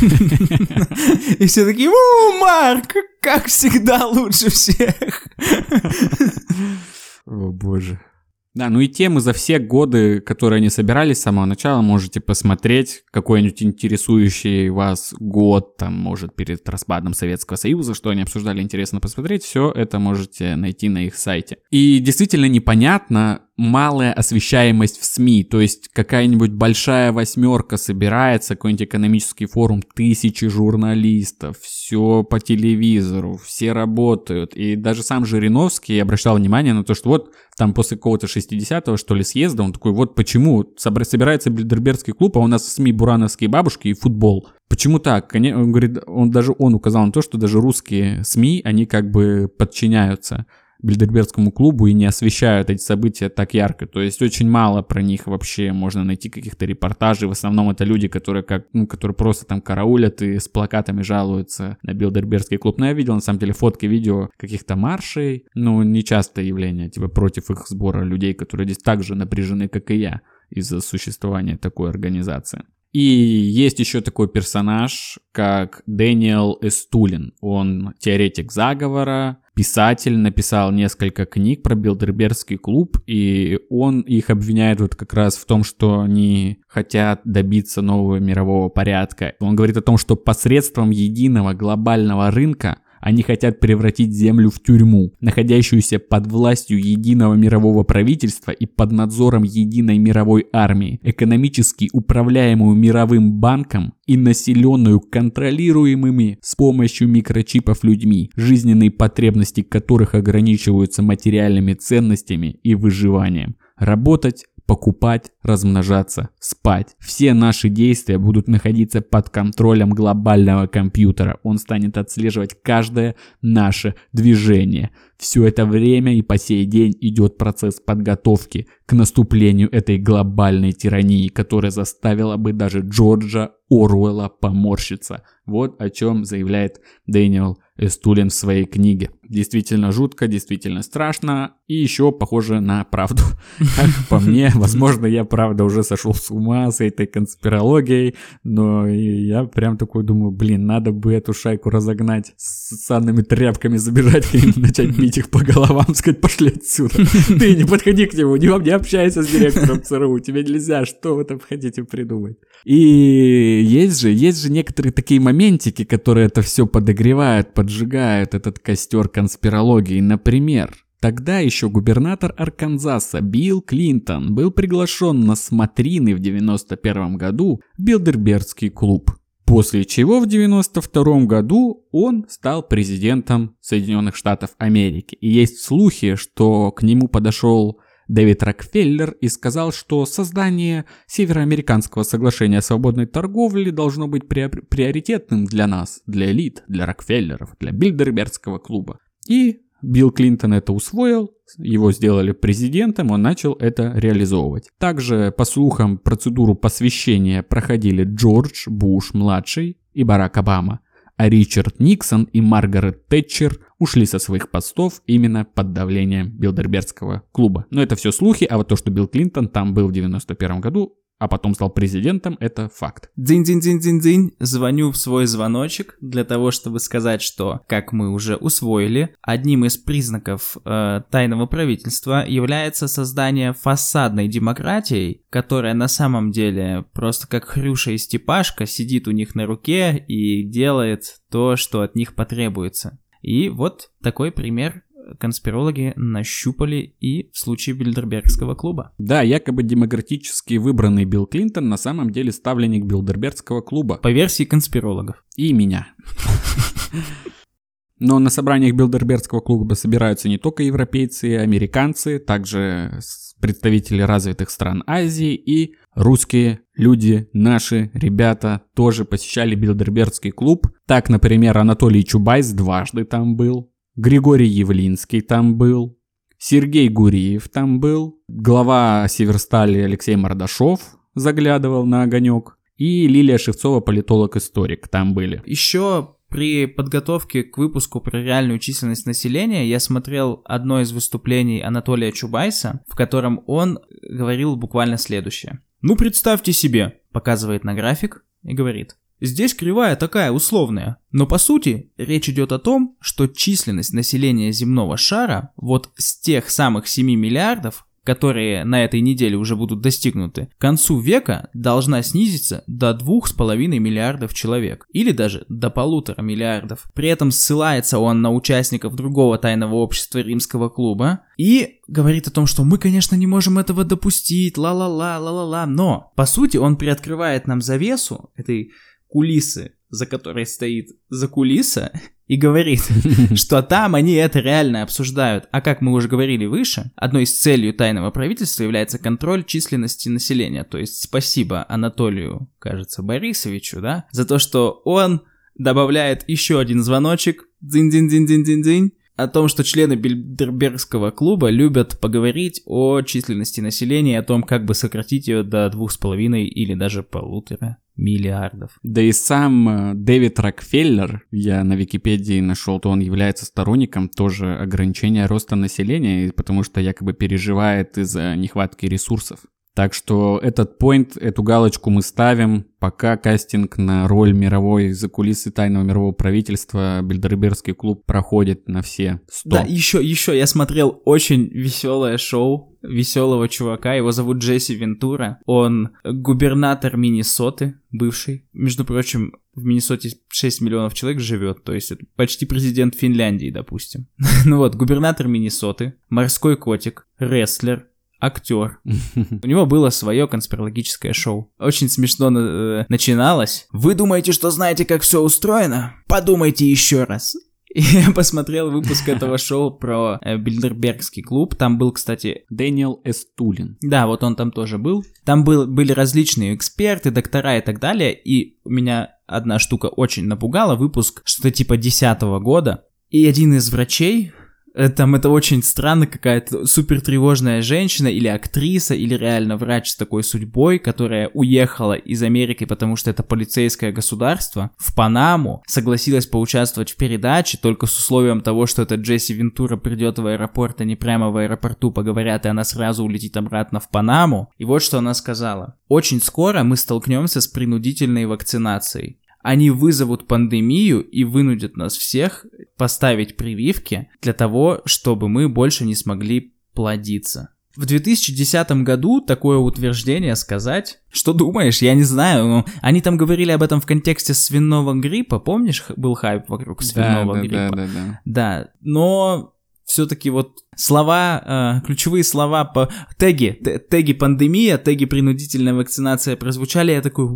И все такие: «У, Марк, как всегда лучше всех». О боже. Да, ну и темы за все годы, которые они собирались с самого начала, можете посмотреть. Какой-нибудь интересующий вас год, там, может, перед распадом Советского Союза, что они обсуждали, интересно посмотреть. Все это можете найти на их сайте. И действительно непонятно малая освещаемость в СМИ. То есть какая-нибудь большая восьмерка собирается, какой-нибудь экономический форум, тысячи журналистов, все по телевизору, все работают. И даже сам Жириновский обращал внимание на то, что вот там после какого-то шестидесятого, что ли, съезда, он такой, вот почему собирается Бильдербергский клуб, а у нас в СМИ бурановские бабушки и футбол. Почему так? Он говорит, он даже он указал на то, что даже русские СМИ, они как бы подчиняются Бильдербергскому клубу и не освещают эти события так ярко. То есть очень мало про них вообще можно найти каких-то репортажей. В основном это люди, которые, как, ну, которые просто там караулят и с плакатами жалуются на Бильдербергский клуб. Но я видел на самом деле фотки, видео каких-то маршей. Ну, нечастое явление, типа против их сбора людей, которые здесь так же напряжены, как и я, из-за существования такой организации. И есть еще такой персонаж, как Дэниел Эстулин. Он теоретик заговора, писатель, написал несколько книг про Бильдербергский клуб, и он их обвиняет вот как раз в том, что они хотят добиться нового мирового порядка. Он говорит о том, что посредством единого глобального рынка они хотят превратить Землю в тюрьму, находящуюся под властью единого мирового правительства и под надзором единой мировой армии, экономически управляемую мировым банком и населенную контролируемыми с помощью микрочипов людьми, жизненные потребности которых ограничиваются материальными ценностями и выживанием. Работать, покупать, размножаться, спать. Все наши действия будут находиться под контролем глобального компьютера. Он станет отслеживать каждое наше движение. Все это время и по сей день идет процесс подготовки к наступлению этой глобальной тирании, которая заставила бы даже Джорджа Оруэлла поморщиться. Вот о чем заявляет Дэниел Эстулин в своей книге. Действительно жутко, действительно страшно и еще похоже на правду. Как по мне, возможно, я правда уже сошел с ума с этой конспирологией, но я прям такой думаю, блин, надо бы эту шайку разогнать, с санными тряпками забежать к ним, начать бить их по головам, сказать, пошли отсюда. Ты не подходи к нему, не, не общайся с директором ЦРУ, тебе нельзя, что вы там хотите придумать. И есть же, есть же некоторые такие моментики, которые это все подогревают, поджигают этот костер конспирологии. Например, тогда еще губернатор Арканзаса Билл Клинтон был приглашен на смотрины в девяносто первом году в Бильдербергский клуб. После чего в девяносто втором году он стал президентом Соединенных Штатов Америки. И есть слухи, что к нему подошел Дэвид Рокфеллер и сказал, что создание Североамериканского соглашения о свободной торговле должно быть приоритетным для нас, для элит, для Рокфеллеров, для Бильдербергского клуба. И Билл Клинтон это усвоил, его сделали президентом, он начал это реализовывать. Также, по слухам, процедуру посвящения проходили Джордж Буш-младший и Барак Обама, а Ричард Никсон и Маргарет Тэтчер ушли со своих постов именно под давлением Бильдербергского клуба. Но это все слухи, а вот то, что Билл Клинтон там был в девяносто первом году, а потом стал президентом, это факт. Дзинь-дзинь-дзинь-дзинь-дзинь. Звоню в свой звоночек для того, чтобы сказать, что, как мы уже усвоили, одним из признаков э, тайного правительства является создание фасадной демократии, которая на самом деле просто как Хрюша и Степашка сидит у них на руке и делает то, что от них потребуется. И вот такой пример конспирологи нащупали и в случае Бильдербергского клуба. Да, якобы демократически выбранный Билл Клинтон на самом деле ставленник Бильдербергского клуба. По версии конспирологов. И меня. Но на собраниях Бильдербергского клуба собираются не только европейцы и американцы, также представители развитых стран Азии и русские люди, наши ребята тоже посещали Бильдербергский клуб. Так, например, Анатолий Чубайс дважды там был. Григорий Явлинский там был, Сергей Гуриев там был, глава Северстали Алексей Мордашов заглядывал на огонек, и Лилия Шевцова, политолог-историк, там были. Еще при подготовке к выпуску про реальную численность населения я смотрел одно из выступлений Анатолия Чубайса, в котором он говорил буквально следующее. «Ну, представьте себе», показывает на график и говорит: «Здесь кривая такая условная, но по сути речь идет о том, что численность населения земного шара вот с тех самых семи миллиардов, которые на этой неделе уже будут достигнуты, к концу века должна снизиться до двух с половиной миллиардов человек, или даже до полутора миллиардов. При этом ссылается он на участников другого тайного общества Римского клуба и говорит о том, что мы, конечно, не можем этого допустить, ла-ла-ла, ла-ла-ла, но, по сути, он приоткрывает нам завесу этой кулисы, за которой стоит закулиса, и говорит, что там они это реально обсуждают. А как мы уже говорили выше, одной из целей тайного правительства является контроль численности населения. То есть спасибо Анатолию, кажется, Борисовичу, да, за то, что он добавляет еще один звоночек, дзинь-дзинь-дзинь-дзинь-дзинь, о том, что члены Бильдербергского клуба любят поговорить о численности населения и о том, как бы сократить ее до двух с половиной или даже полутора миллиардов. Да и сам Дэвид Рокфеллер, я на Википедии нашел, то он является сторонником тоже ограничения роста населения, потому что якобы переживает из-за нехватки ресурсов. Так что этот поинт, эту галочку мы ставим, пока кастинг на роль мировой закулисы тайного мирового правительства Бильдербергский клуб проходит на все сто. Да, еще, еще я смотрел очень веселое шоу веселого чувака, его зовут Джесси Вентура, он губернатор Миннесоты, бывший, между прочим, в Миннесоте шесть миллионов человек живет, то есть это почти президент Финляндии, допустим. Ну вот, губернатор Миннесоты, морской котик, рестлер, актер. У него было свое конспирологическое шоу. Очень смешно э, начиналось. Вы думаете, что знаете, как все устроено? Подумайте еще раз. И я посмотрел выпуск этого шоу про э, Бильдербергский клуб. Там был, кстати... Дэниел Эстулин. Да, вот он там тоже был. Там был, были различные эксперты, доктора и так далее. И меня одна штука очень напугала. Выпуск что-то типа десятого года. И один из врачей... Там это очень странно, какая-то супер тревожная женщина или актриса, или реально врач с такой судьбой, которая уехала из Америки, потому что это полицейское государство, в Панаму, согласилась поучаствовать в передаче только с условием того, что этот Джесси Вентура придет в аэропорт, они прямо в аэропорту поговорят, и она сразу улетит обратно в Панаму. И вот что она сказала. Очень скоро мы столкнемся с принудительной вакцинацией. Они вызовут пандемию и вынудят нас всех поставить прививки для того, чтобы мы больше не смогли плодиться. В две тысячи десятом году такое утверждение сказать, что думаешь, я не знаю, но они там говорили об этом в контексте свиного гриппа, помнишь, был хайп вокруг свиного да, гриппа? Да, да, да. Да, но все-таки вот слова, э, ключевые слова по теги, т- теги пандемия, теги принудительная вакцинация прозвучали, я такой,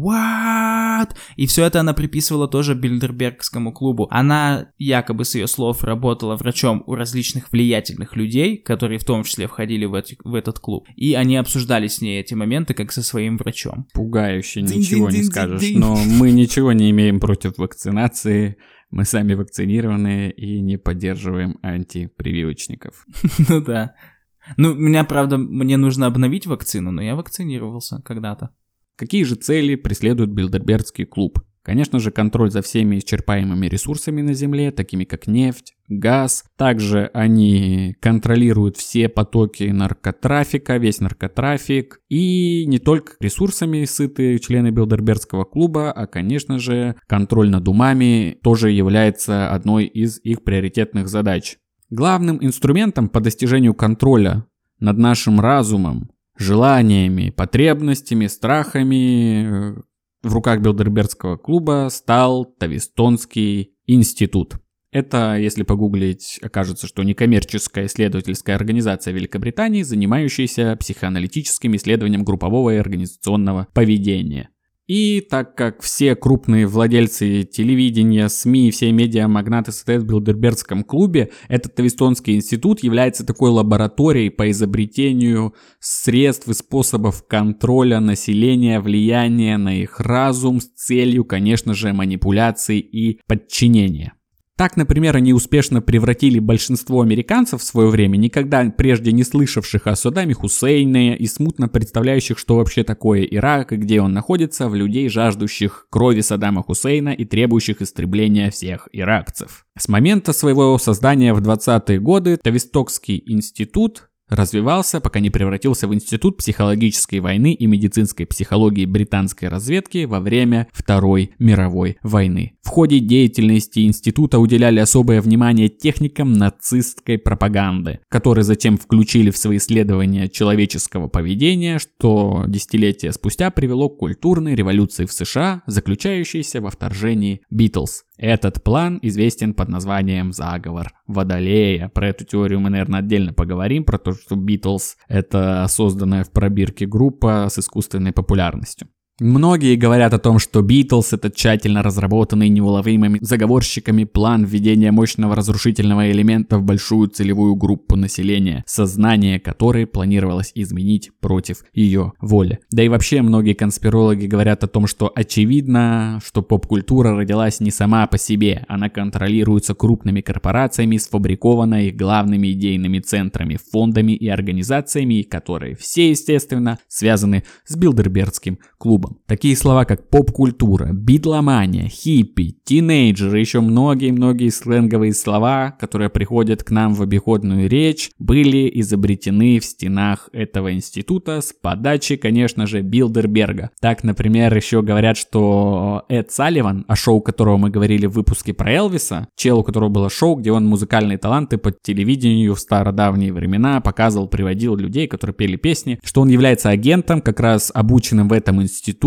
what? И все это она приписывала тоже Бильдербергскому клубу. Она якобы с ее слов работала врачом у различных влиятельных людей, которые в том числе входили в, эти, в этот клуб, и они обсуждали с ней эти моменты как со своим врачом. Пугающе, ничего не скажешь, но мы ничего не имеем против вакцинации. Мы сами вакцинированные и не поддерживаем антипрививочников. Ну да. Ну, меня, правда, мне нужно обновить вакцину, но я вакцинировался когда-то. Какие же цели преследует Бильдербергский клуб? Конечно же, контроль за всеми исчерпаемыми ресурсами на Земле, такими как нефть, газ. Также они контролируют все потоки наркотрафика, весь наркотрафик. И не только ресурсами сыты члены Бильдербергского клуба, а, конечно же, контроль над умами тоже является одной из их приоритетных задач. Главным инструментом по достижению контроля над нашим разумом, желаниями, потребностями, страхами в руках Бильдербергского клуба стал Тавистонский институт. Это, если погуглить, окажется, что некоммерческая исследовательская организация Великобритании, занимающаяся психоаналитическим исследованием группового и организационного поведения. И так как все крупные владельцы телевидения, СМИ и все медиамагнаты состоят в Бильдербергском клубе, этот Тавистонский институт является такой лабораторией по изобретению средств и способов контроля населения, влияния на их разум с целью, конечно же, манипуляций и подчинения. Так, например, они успешно превратили большинство американцев в свое время, никогда прежде не слышавших о Саддаме Хусейне и смутно представляющих, что вообще такое Ирак и где он находится, в людей, жаждущих крови Саддама Хусейна и требующих истребления всех иракцев. С момента своего создания в двадцатые годы Тавистокский институт развивался, пока не превратился в Институт психологической войны и медицинской психологии британской разведки во время Второй мировой войны. В ходе деятельности института уделяли особое внимание техникам нацистской пропаганды, которые затем включили в свои исследования человеческого поведения, что десятилетия спустя привело к культурной революции в США, заключающейся во вторжении Битлз. Этот план известен под названием «Заговор Водолея». Про эту теорию мы, наверное, отдельно поговорим, про то, что Битлз — это созданная в пробирке группа с искусственной популярностью. Многие говорят о том, что Битлз — это тщательно разработанный неуловимыми заговорщиками план введения мощного разрушительного элемента в большую целевую группу населения, сознание которой планировалось изменить против ее воли. Да и вообще многие конспирологи говорят о том, что очевидно, что поп-культура родилась не сама по себе, она контролируется крупными корпорациями, сфабрикована их главными идейными центрами, фондами и организациями, которые все, естественно, связаны с Билдербергским клубом. Такие слова, как поп-культура, битломания, хиппи, тинейджеры, еще многие-многие сленговые слова, которые приходят к нам в обиходную речь, были изобретены в стенах этого института с подачи, конечно же, Билдерберга. Так, например, еще говорят, что Эд Салливан, о шоу которого мы говорили в выпуске про Элвиса, чел, у которого было шоу, где он музыкальные таланты по телевидению в стародавние времена показывал, приводил людей, которые пели песни, что он является агентом, как раз обученным в этом институте,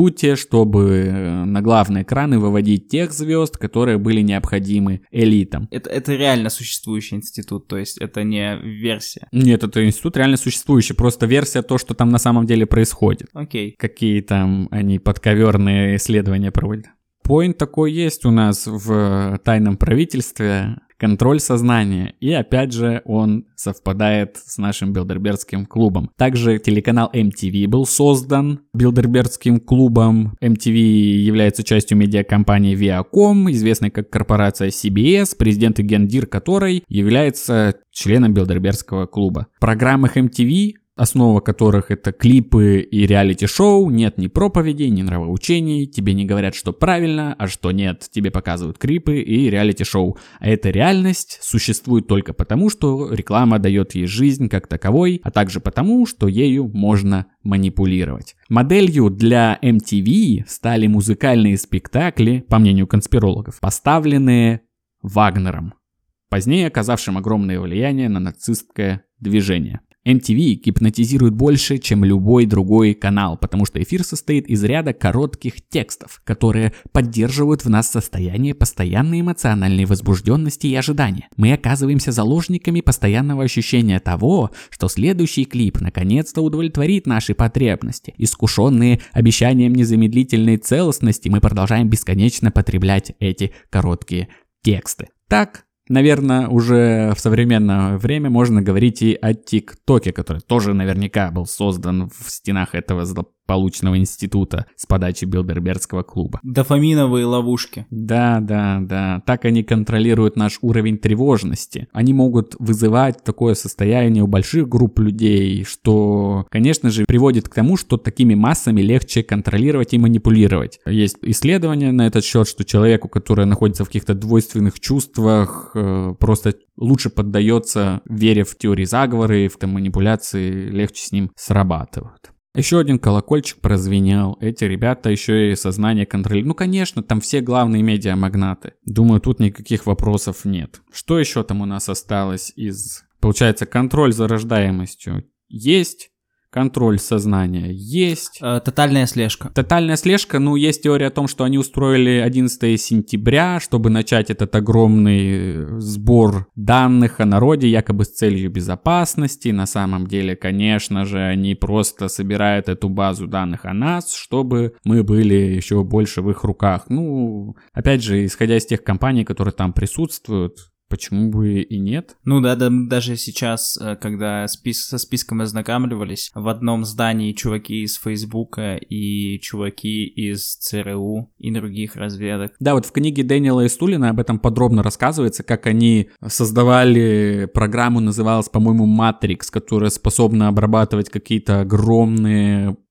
чтобы на главные экраны выводить тех звезд, которые были необходимы элитам. Это, это реально существующий институт, то есть это не версия. Нет, это институт реально существующий, просто версия то, что там на самом деле происходит. Окей. Какие там они подковерные исследования проводят. Поинт такой есть у нас в тайном правительстве. Контроль сознания. И опять же он совпадает с нашим Билдербергским клубом. Также телеканал эм ти ви был создан Билдербергским клубом. эм ти ви является частью медиакомпании Viacom, известной как корпорация си би эс, президент и гендир которой является членом Билдербергского клуба. В программах эм ти ви, основа которых это клипы и реалити-шоу, нет ни проповедей, ни нравоучений, тебе не говорят, что правильно, а что нет, тебе показывают клипы и реалити-шоу. А эта реальность существует только потому, что реклама дает ей жизнь как таковой, а также потому, что ею можно манипулировать. Моделью для эм ти ви стали музыкальные спектакли, по мнению конспирологов, поставленные Вагнером, позднее оказавшим огромное влияние на нацистское движение. эм ти ви гипнотизирует больше, чем любой другой канал, потому что эфир состоит из ряда коротких текстов, которые поддерживают в нас состояние постоянной эмоциональной возбужденности и ожидания. Мы оказываемся заложниками постоянного ощущения того, что следующий клип наконец-то удовлетворит наши потребности. Искушенные обещанием незамедлительной целостности, мы продолжаем бесконечно потреблять эти короткие тексты. Так, наверное, уже в современное время можно говорить и о ТикТоке, который тоже наверняка был создан в стенах этого злополучного института с подачи Билдербергского клуба. Дофаминовые ловушки. Да, да, да. Так они контролируют наш уровень тревожности. Они могут вызывать такое состояние у больших групп людей, что, конечно же, приводит к тому, что такими массами легче контролировать и манипулировать. Есть исследования на этот счет, что человеку, который находится в каких-то двойственных чувствах, просто лучше поддается вере в теории заговора и в там, манипуляции, легче с ним срабатывают. Еще один колокольчик прозвенел. Эти ребята еще и сознание контролируют. Ну, конечно, там все главные медиамагнаты. Думаю, тут никаких вопросов нет. Что еще там у нас осталось из... Получается, контроль за рождаемостью есть. Контроль сознания есть. Э, тотальная слежка. Тотальная слежка, ну, есть теория о том, что они устроили одиннадцатого сентября, чтобы начать этот огромный сбор данных о народе, якобы с целью безопасности. На самом деле, конечно же, они просто собирают эту базу данных о нас, чтобы мы были еще больше в их руках. Ну, опять же, исходя из тех компаний, которые там присутствуют, почему бы и нет? Ну да, да, даже сейчас, когда спис- со списком ознакомливались, в одном здании чуваки из Фейсбука и чуваки из ЦРУ и других разведок. Да, вот в книге Дэниела Истулина об этом подробно рассказывается, как они создавали программу, называлась, по-моему, Matrix, которая способна обрабатывать какие-то огромные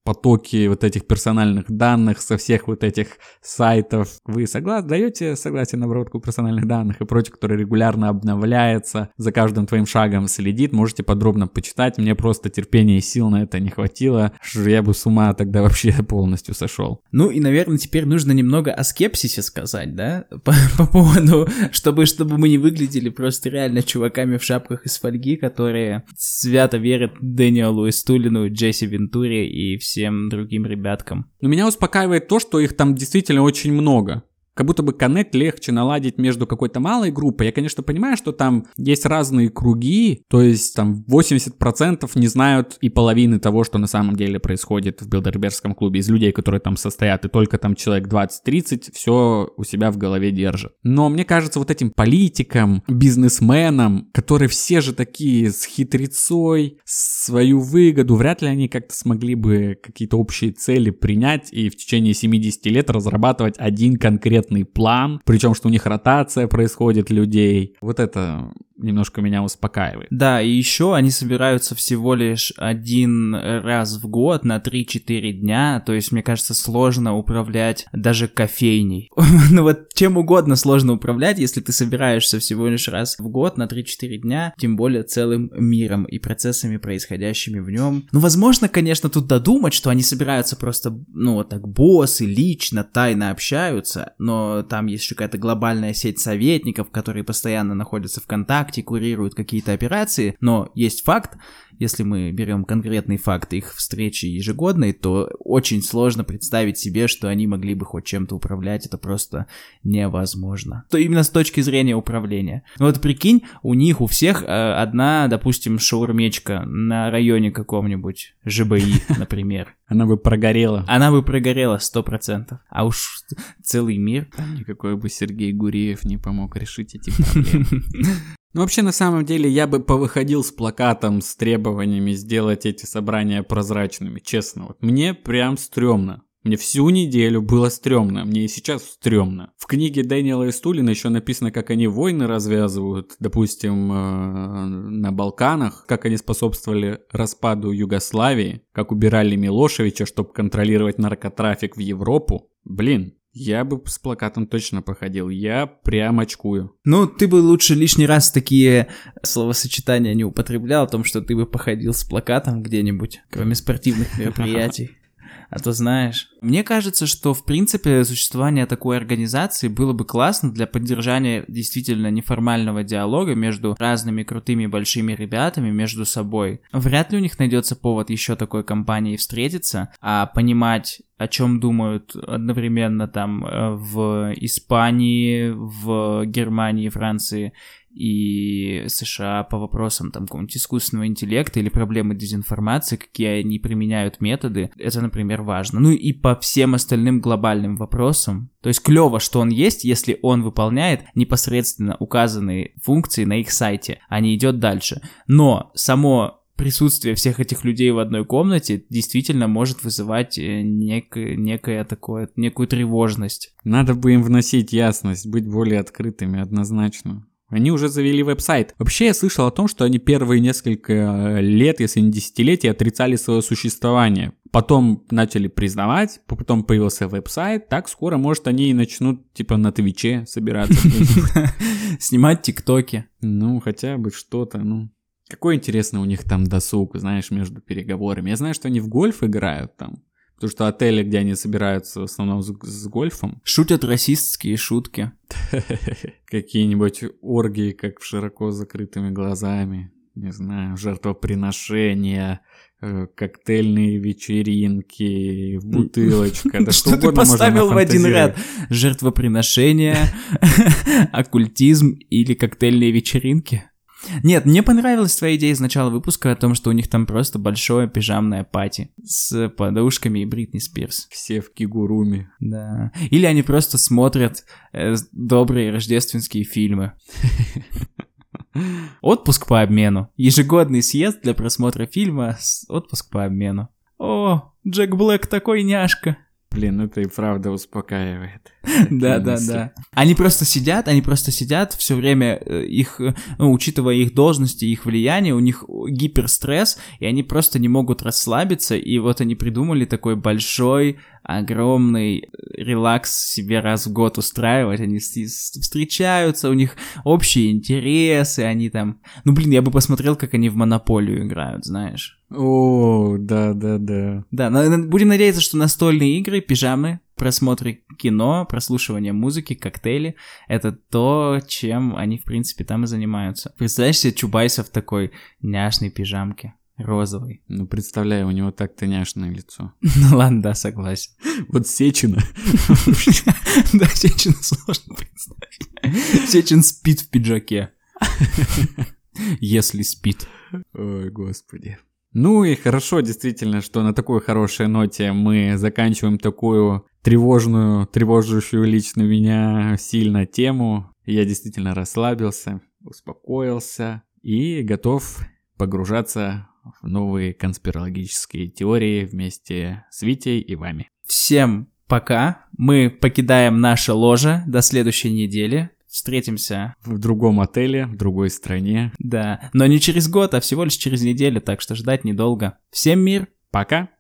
потоки вот этих персональных данных со всех вот этих сайтов. Вы согласны, даете согласие на обработку персональных данных и прочее, который регулярно обновляется, за каждым твоим шагом следит. Можете подробно почитать. Мне просто терпения и сил на это не хватило. Я бы с ума тогда вообще полностью сошел. Ну и, наверное, теперь нужно немного о скепсисе сказать, да? По, по поводу, чтобы, чтобы мы не выглядели просто реально чуваками в шапках из фольги, которые свято верят Дэниелу Эстулину, Джесси Вентуре и всем другим ребяткам. Но меня успокаивает то, что их там действительно очень много. Как будто бы коннект легче наладить между какой-то малой группой. Я, конечно, понимаю, что там есть разные круги, то есть там восемьдесят процентов не знают и половины того, что на самом деле происходит в Билдербергском клубе из людей, которые там состоят, и только там человек двадцать-тридцать все у себя в голове держат. Но мне кажется, вот этим политикам, бизнесменам, которые все же такие с хитрецой, свою выгоду, вряд ли они как-то смогли бы какие-то общие цели принять и в течение семьдесят лет разрабатывать один конкретный план, причем что у них ротация происходит людей. Вот это немножко меня успокаивает. Да, и еще они собираются всего лишь один раз в год на три-четыре дня, то есть, мне кажется, сложно управлять даже кофейней. Ну вот чем угодно сложно управлять, если ты собираешься всего лишь раз в год на три-четыре дня, тем более целым миром и процессами, происходящими в нем. Ну, возможно, конечно, тут додумать, что они собираются просто, ну, вот так, боссы лично, тайно общаются, но там есть еще какая-то глобальная сеть советников, которые постоянно находятся в контакте, курируют какие-то операции, но есть факт, если мы берем конкретный факт их встречи ежегодной, то очень сложно представить себе, что они могли бы хоть чем-то управлять, это просто невозможно. То именно с точки зрения управления. Вот прикинь, у них у всех э, одна, допустим, шаурмечка на районе каком-нибудь, ЖБИ, например. Она бы прогорела. Она бы прогорела сто процентов. А уж целый мир. Там никакой бы Сергей Гуриев не помог решить эти проблемы. Ну, вообще, на самом деле, я бы повыходил с плакатом с требованиями сделать эти собрания прозрачными, честно. Вот мне прям стрёмно. Мне всю неделю было стрёмно, мне и сейчас стрёмно. В книге Дэниела Эстулина еще написано, как они войны развязывают, допустим, на Балканах, как они способствовали распаду Югославии, как убирали Милошевича, чтобы контролировать наркотрафик в Европу. Блин. Я бы с плакатом точно походил, я прям очкую. Ну, ты бы лучше лишний раз такие словосочетания не употреблял, о том, что ты бы походил с плакатом где-нибудь, кроме спортивных мероприятий. А то знаешь, мне кажется, что в принципе существование такой организации было бы классно для поддержания действительно неформального диалога между разными крутыми большими ребятами между собой. Вряд ли у них найдется повод еще такой компании встретиться, а понимать, о чем думают одновременно там в Испании, в Германии, Франции и США по вопросам там какого-нибудь искусственного интеллекта или проблемы дезинформации, какие они применяют методы, это, например, важно. Ну и по всем остальным глобальным вопросам. То есть клево, что он есть, если он выполняет непосредственно указанные функции на их сайте, а не идет дальше. Но само присутствие всех этих людей в одной комнате действительно может вызывать некое, некое такое, некую тревожность. Надо бы им вносить ясность, быть более открытыми однозначно. Они уже завели веб-сайт. Вообще я слышал о том, что они первые несколько лет, если не десятилетия, отрицали свое существование. Потом начали признавать, потом появился веб-сайт. Так скоро, может, они и начнут типа на Твиче собираться. Снимать тиктоки. Ну, хотя бы что-то, ну. Какой интересный у них там досуг, знаешь, между переговорами. Я знаю, что они в гольф играют там. Потому что отели, где они собираются в основном с, с гольфом. Шутят расистские шутки. Какие-нибудь оргии, как в широко закрытыми глазами. Не знаю, жертвоприношения, коктейльные вечеринки, бутылочка. Что ты поставил в один ряд? Жертвоприношения, оккультизм или коктейльные вечеринки? Нет, мне понравилась твоя идея из начала выпуска о том, что у них там просто большое пижамное пати с подушками и Бритни Спирс. Все в кигуруме. Да. Или они просто смотрят э, добрые рождественские фильмы. Отпуск по обмену. Ежегодный съезд для просмотра фильма, отпуск по обмену. О, Джек Блэк такой няшка. Блин, это и правда успокаивает. Да, да, да. Они просто сидят, они просто сидят все время, их, ну, учитывая их должности, их влияние, у них гиперстресс, и они просто не могут расслабиться, и вот они придумали такой большой, огромный релакс себе раз в год устраивать, они встречаются, у них общие интересы, они там... Ну, блин, я бы посмотрел, как они в Монополию играют, знаешь. О, да-да-да. Да, но будем надеяться, что настольные игры, пижамы, просмотры кино, прослушивание музыки, коктейли — это то, чем они, в принципе, там и занимаются. Представляешь себе Чубайса в такой няшной пижамке, розовой? Ну, представляю, у него так-то няшное лицо. Ну ладно, да, согласен. Вот Сечина. Да, Сечина сложно представить. Сечин спит в пиджаке. Если спит. Ой, господи. Ну и хорошо, действительно, что на такой хорошей ноте мы заканчиваем такую тревожную, тревожащую лично меня сильно тему. Я действительно расслабился, успокоился и готов погружаться в новые конспирологические теории вместе с Витей и вами. Всем пока. Мы покидаем наше ложе до следующей недели. Встретимся в другом отеле, в другой стране. Да, но не через год, а всего лишь через неделю, так что ждать недолго. Всем мир. Пока.